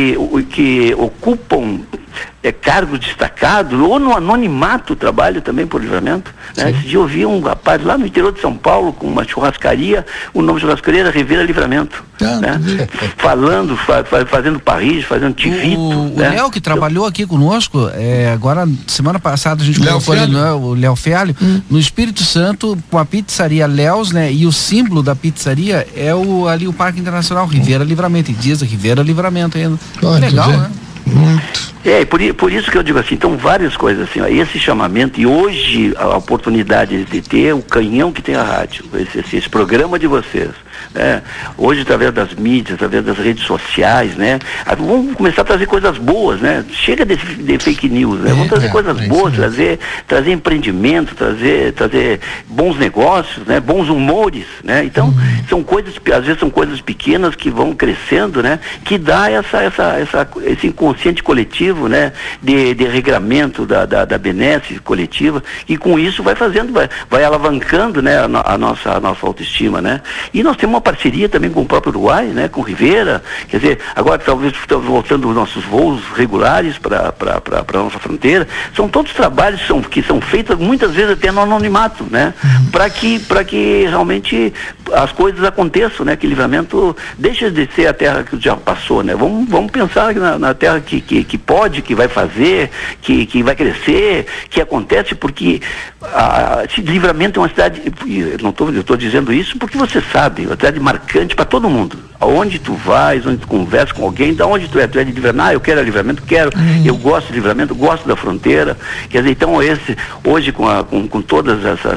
ocupam cargos destacados ou no anonimato trabalho também por livramento, né? Esse dia eu vi um rapaz lá no interior de São Paulo com uma churrascaria, o nome da churrascaria era Rivera Livramento, né? Falando, fazendo parris, fazendo tivito. O Léo que trabalhou aqui conosco, agora semana passada a gente colocou ali, o Léo Fialho, no Espírito Santo, com a pizzaria Léus, né? E o símbolo da pizzaria é ali o Parque Internacional Rivera Livramento, e diz Rivera Livramento ainda. Legal, né? Muito. Por isso que eu digo assim, então várias coisas assim, ó, esse chamamento, e hoje a oportunidade de ter o canhão que tem a rádio, esse programa de vocês, né? Hoje através das mídias, através das redes sociais, né? Vamos começar a trazer coisas boas, né? Chega de fake news, né? Vamos trazer coisas boas, trazer empreendimento, trazer bons negócios, né? Bons humores, né? Então, são coisas, às vezes são coisas pequenas que vão crescendo, né? Que dá esse inconsciente coletivo, né, de regramento da benesse coletiva, e com isso vai alavancando, né, a nossa autoestima, né? E nós temos uma parceria também com o próprio Uruguai, né, com Rivera, quer dizer, agora talvez estamos voltando os nossos voos regulares para a nossa fronteira, são todos trabalhos que são feitos muitas vezes até no anonimato, né? Para que realmente as coisas aconteçam, né? Que Livramento deixa de ser a terra que já passou, né? Vamos pensar na terra que pode, que vai fazer, que vai crescer, que acontece, porque esse Livramento é uma cidade, eu estou dizendo isso porque você sabe, uma cidade marcante para todo mundo. Aonde tu vais, onde tu conversa com alguém, da onde tu é de Livramento, eu quero Livramento, eu gosto de Livramento, gosto da fronteira, quer dizer, então hoje com todas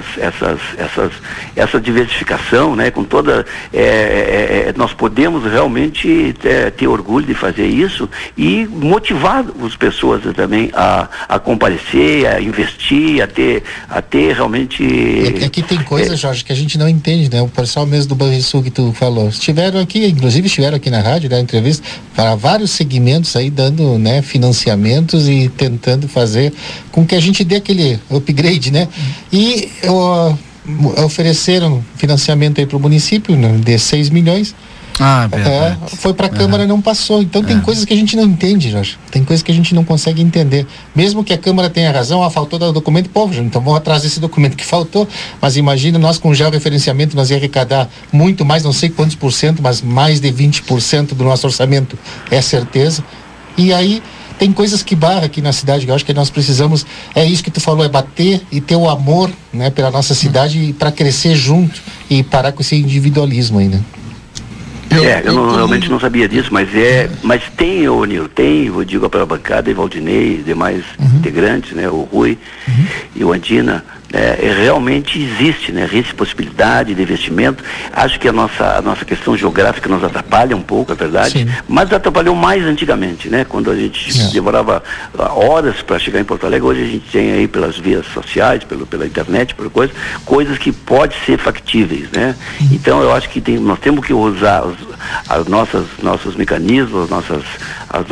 essa diversificação, né, com toda, nós podemos realmente ter orgulho de fazer isso e motivar as pessoas também a comparecer, a investir, a ter realmente... É que tem coisa, Jorge, que a gente não entende, né? O pessoal mesmo do Banrisul que tu falou, estiveram aqui na rádio, na entrevista, para vários segmentos aí, dando, né, financiamentos e tentando fazer com que a gente dê aquele upgrade, né? E ofereceram financiamento aí para o município, né, de 6 milhões. Foi para a Câmara, não passou. Então tem coisas que a gente não entende, Jorge. Tem coisas que a gente não consegue entender. Mesmo que a Câmara tenha razão, faltou o documento, então vamos atrás desse documento que faltou. Mas imagina, nós com georreferenciamento, nós ia arrecadar muito mais, não sei quantos por cento, mas mais de 20% do nosso orçamento, é certeza. E aí tem coisas que barra aqui na cidade, que eu acho que nós precisamos, é isso que tu falou, é bater e ter o amor, né, pela nossa cidade, para crescer junto e parar com esse individualismo aí, né? Eu realmente não sabia disso, mas tem, Nil, eu digo para a bancada, e Valdinei, demais integrantes, né, o Rui e o Andina, realmente existe, né, essa possibilidade de investimento. Acho que a nossa questão geográfica nos atrapalha um pouco, é verdade. Sim. Mas atrapalhou mais antigamente, né, quando a gente demorava horas para chegar em Porto Alegre. Hoje a gente tem aí pelas vias sociais, pela internet, por coisas que podem ser factíveis, né? Então eu acho que nós temos que usar nossos mecanismos, as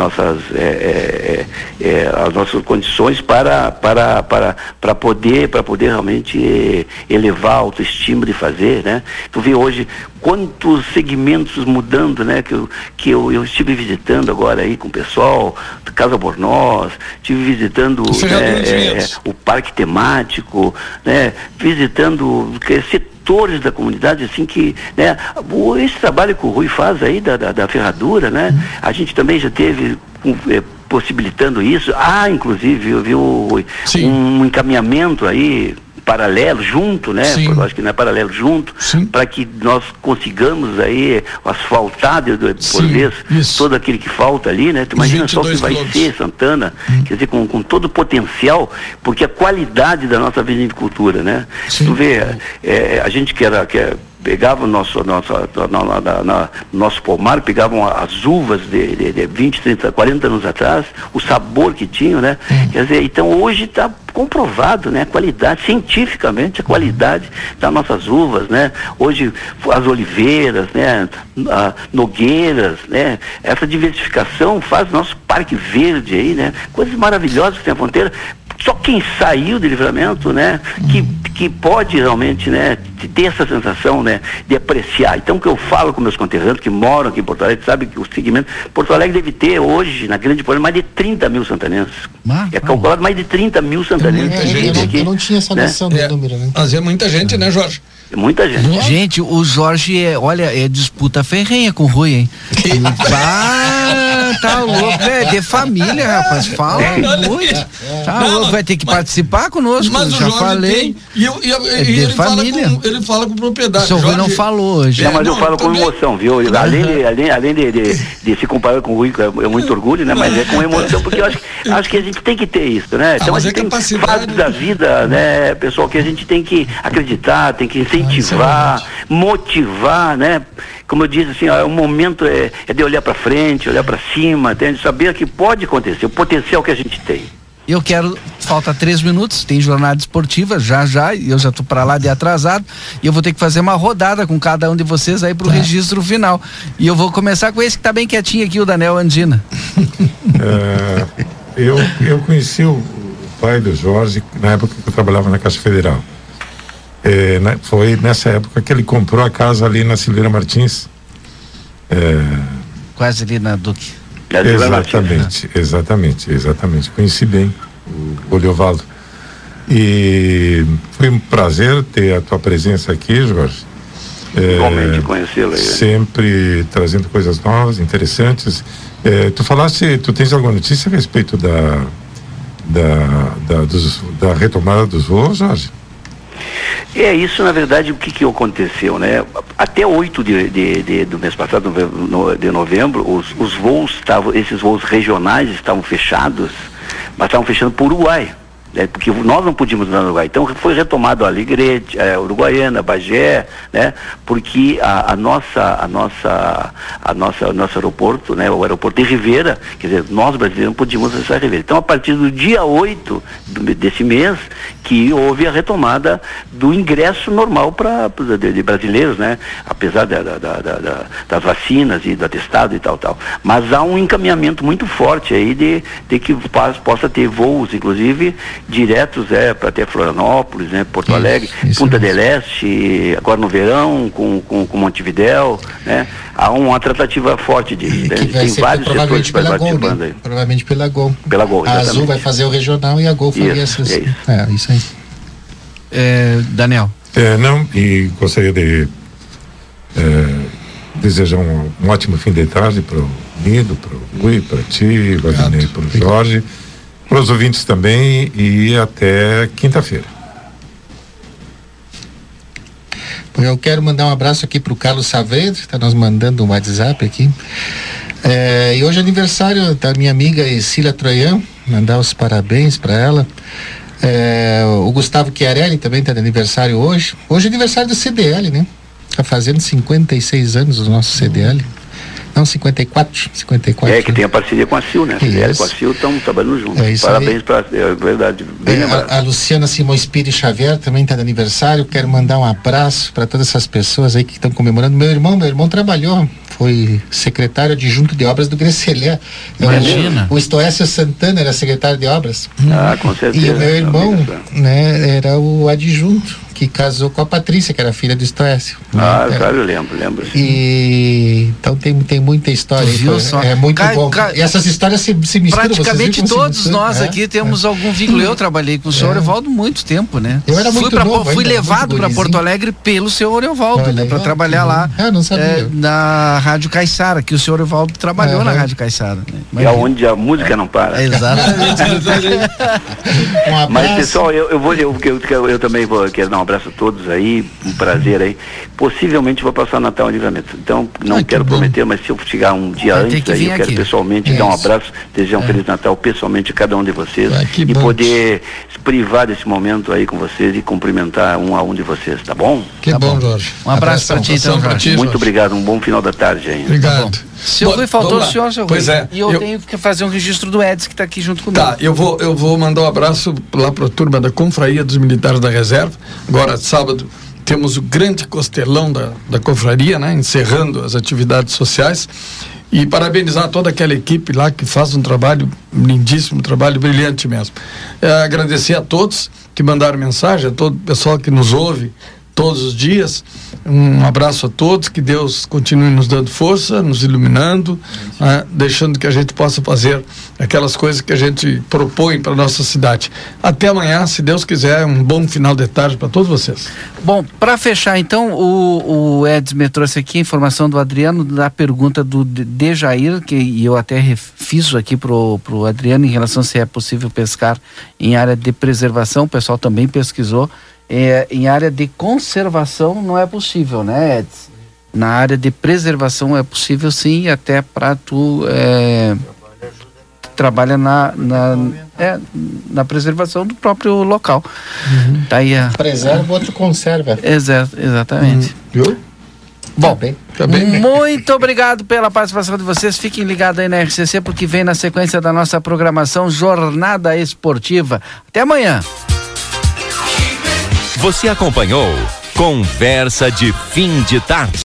nossas condições para poder realmente elevar a autoestima de fazer, né? Tu vê hoje quantos segmentos mudando, né? Que eu estive visitando agora aí com o pessoal do Casa Bornós, estive visitando o parque temático, né? Visitando setores da comunidade, assim, que, né, esse trabalho que o Rui faz aí da ferradura, né? A gente também já teve possibilitando isso. Inclusive, viu, Rui, um encaminhamento aí paralelo, junto, né? Eu acho que não é paralelo, junto, para que nós consigamos aí asfaltar por vez todo aquele que falta ali, né? Tu imagina só o que vai ser Santana, quer dizer, com todo o potencial, porque a qualidade da nossa vinicultura, né? Tu vê, a gente que pegava o nosso pomar, pegavam as uvas de 20, 30, 40 anos atrás, o sabor que tinham, né? Quer dizer, então hoje está comprovado, né? A qualidade, cientificamente, a qualidade das nossas uvas, né? Hoje, as oliveiras, né? Nogueiras, né? Essa diversificação faz nosso parque verde aí, né? Coisas maravilhosas que tem a fronteira. Só quem saiu do Livramento, né? Que pode realmente, né? Ter essa sensação, né? De apreciar. Então, o que eu falo com meus conterrâneos que moram aqui em Porto Alegre, sabe que o segmento... Porto Alegre deve ter hoje, na grande Porto Alegre, mais de 30 mil santanenses. É calculado mais de 30 mil santanenses. Eu não tinha essa noção do número, né? Mas é muita gente, né, Jorge? Muita gente. Gente, o Jorge é disputa ferrenha com o Rui, hein? Tá louco, é de família, rapaz. Fala muito. Tá louco, vai ter que participar conosco. Mas já falei. E ele fala com propriedade. O seu Rui não falou hoje. Mas eu falo com emoção, viu? Além de se comparar com o Rui, é muito orgulho, né? Mas é com emoção, porque eu acho que a gente tem que ter isso, né? Então a gente tem fases da vida, né, pessoal, que a gente tem que acreditar, tem que incentivar, motivar, né? Como eu disse, assim, o momento é de olhar para frente, olhar para cima, de saber que pode acontecer, o potencial que a gente tem. Eu quero, falta 3 minutos, tem jornada esportiva, já, e eu já tô para lá de atrasado, e eu vou ter que fazer uma rodada com cada um de vocês aí pro registro final. E eu vou começar com esse que tá bem quietinho aqui, o Daniel Andina. Eu conheci o pai do Jorge na época que eu trabalhava na Caixa Federal. Foi nessa época que ele comprou a exatamente, ali na Silveira Martins. Quase ali na Duque. Exatamente. Conheci bem o Leovaldo. E foi um prazer ter a tua presença aqui, Jorge. Igualmente conhecê-lo aí. Sempre trazendo coisas novas, interessantes. Tu tens alguma notícia a respeito da retomada dos voos, Jorge? Isso, na verdade, o que aconteceu, né? Até 8 do mês passado, de novembro, os voos esses voos regionais estavam fechados, mas estavam fechando por Uruguai, né? Porque nós não podíamos ir no Uruguai. Então foi retomado a Alegrete, Uruguaiana, Bagé, né? Porque nosso aeroporto, né? O aeroporto de Ribeira, quer dizer, nós brasileiros não podíamos acessar a Ribeira. Então, a partir do dia 8 desse mês, que houve a retomada do ingresso normal de brasileiros, né? Apesar das vacinas e do atestado e tal. Mas há um encaminhamento muito forte aí de que possa ter voos, inclusive, diretos para até Florianópolis, né? Porto Alegre, Punta del Este, agora no verão, com Montevidéu, né? Há uma tratativa forte disso, né? Tem vários setores participando aí. Provavelmente pela Gol. Pela Gol, a Azul vai fazer o regional e a Gol faria essas. Isso aí. Daniel. E gostaria de desejar um ótimo fim de tarde para o Nido, para o Rui, para ti, Valdinei, para o Jorge, para os ouvintes também, e até quinta-feira. Eu quero mandar um abraço aqui para o Carlos Saavedra, que está nos mandando um WhatsApp aqui. E hoje é aniversário da minha amiga Cília Troian, mandar os parabéns para ela. O Gustavo Chiarelli também está de aniversário hoje. Hoje é aniversário do CDL, né? Está fazendo 56 anos o nosso CDL. Não, 54. É, que tem a parceria com a CIL, né? CDL com a CIL estão trabalhando juntos. Parabéns para verdade. Bem a Luciana Simões Pires Xavier também está de aniversário. Quero mandar um abraço para todas essas pessoas aí que estão comemorando. Meu irmão trabalhou, foi secretário adjunto de obras do Grecelé. Imagina. O Estoécio Santana era secretário de obras. Com certeza. E o meu irmão, né, era o adjunto, que casou com a Patrícia, que era filha do Estoécio. Claro, eu lembro. E então tem muita história. É muito bom. E essas histórias se misturam. Praticamente todos nós aqui temos algum vínculo. Eu trabalhei com o senhor Evaldo muito tempo, né? Eu era muito novo. Fui levado para Porto Alegre pelo senhor Evaldo, né? Para trabalhar lá na Rádio Caiçara, que o senhor Evaldo trabalhou na Rádio Caiçara. Né? E aonde a música não para. Exatamente. Mas, pessoal, eu também quero dar um abraço a todos aí, um prazer aí. Possivelmente vou passar Natal em Livramento. Então, não quero prometer, mas se eu chegar um dia antes aí, eu quero pessoalmente dar um abraço, desejar um Feliz Natal pessoalmente a cada um de vocês e poder se privar desse momento aí com vocês e cumprimentar um a um de vocês, tá bom? Que bom, Jorge. Um abraço para ti, então, Jorge. Muito obrigado, um bom final da tarde aí. Obrigado. Se eu faltou o senhor, seu Pois é. E eu tenho que fazer um registro do Edson, que está aqui junto comigo. Tá, eu vou mandar um abraço lá para a turma da Confraria dos Militares da Reserva. Agora, sábado, temos o grande costelão da Confraria, né? Encerrando as atividades sociais. E parabenizar toda aquela equipe lá que faz um trabalho lindíssimo, um trabalho brilhante mesmo. Agradecer a todos que mandaram mensagem, a todo o pessoal que nos ouve todos os dias. Um abraço a todos, que Deus continue nos dando força, nos iluminando, deixando que a gente possa fazer aquelas coisas que a gente propõe para nossa cidade. Até amanhã, se Deus quiser, um bom final de tarde para todos vocês. Bom, para fechar então, o Edson me trouxe aqui a informação do Adriano da pergunta do Dejair, e eu até refiz aqui pro Adriano em relação se é possível pescar em área de preservação. O pessoal também pesquisou. Em área de conservação não é possível, né, Edson? Na área de preservação é possível sim, até para tu trabalha na preservação do próprio local. Tá aí preserva, outro conserva. Exatamente. Viu? Bom, tá bem. Muito obrigado pela participação de vocês. Fiquem ligados aí na RCC, porque vem na sequência da nossa programação Jornada Esportiva. Até amanhã. Você acompanhou Conversa de Fim de Tarde.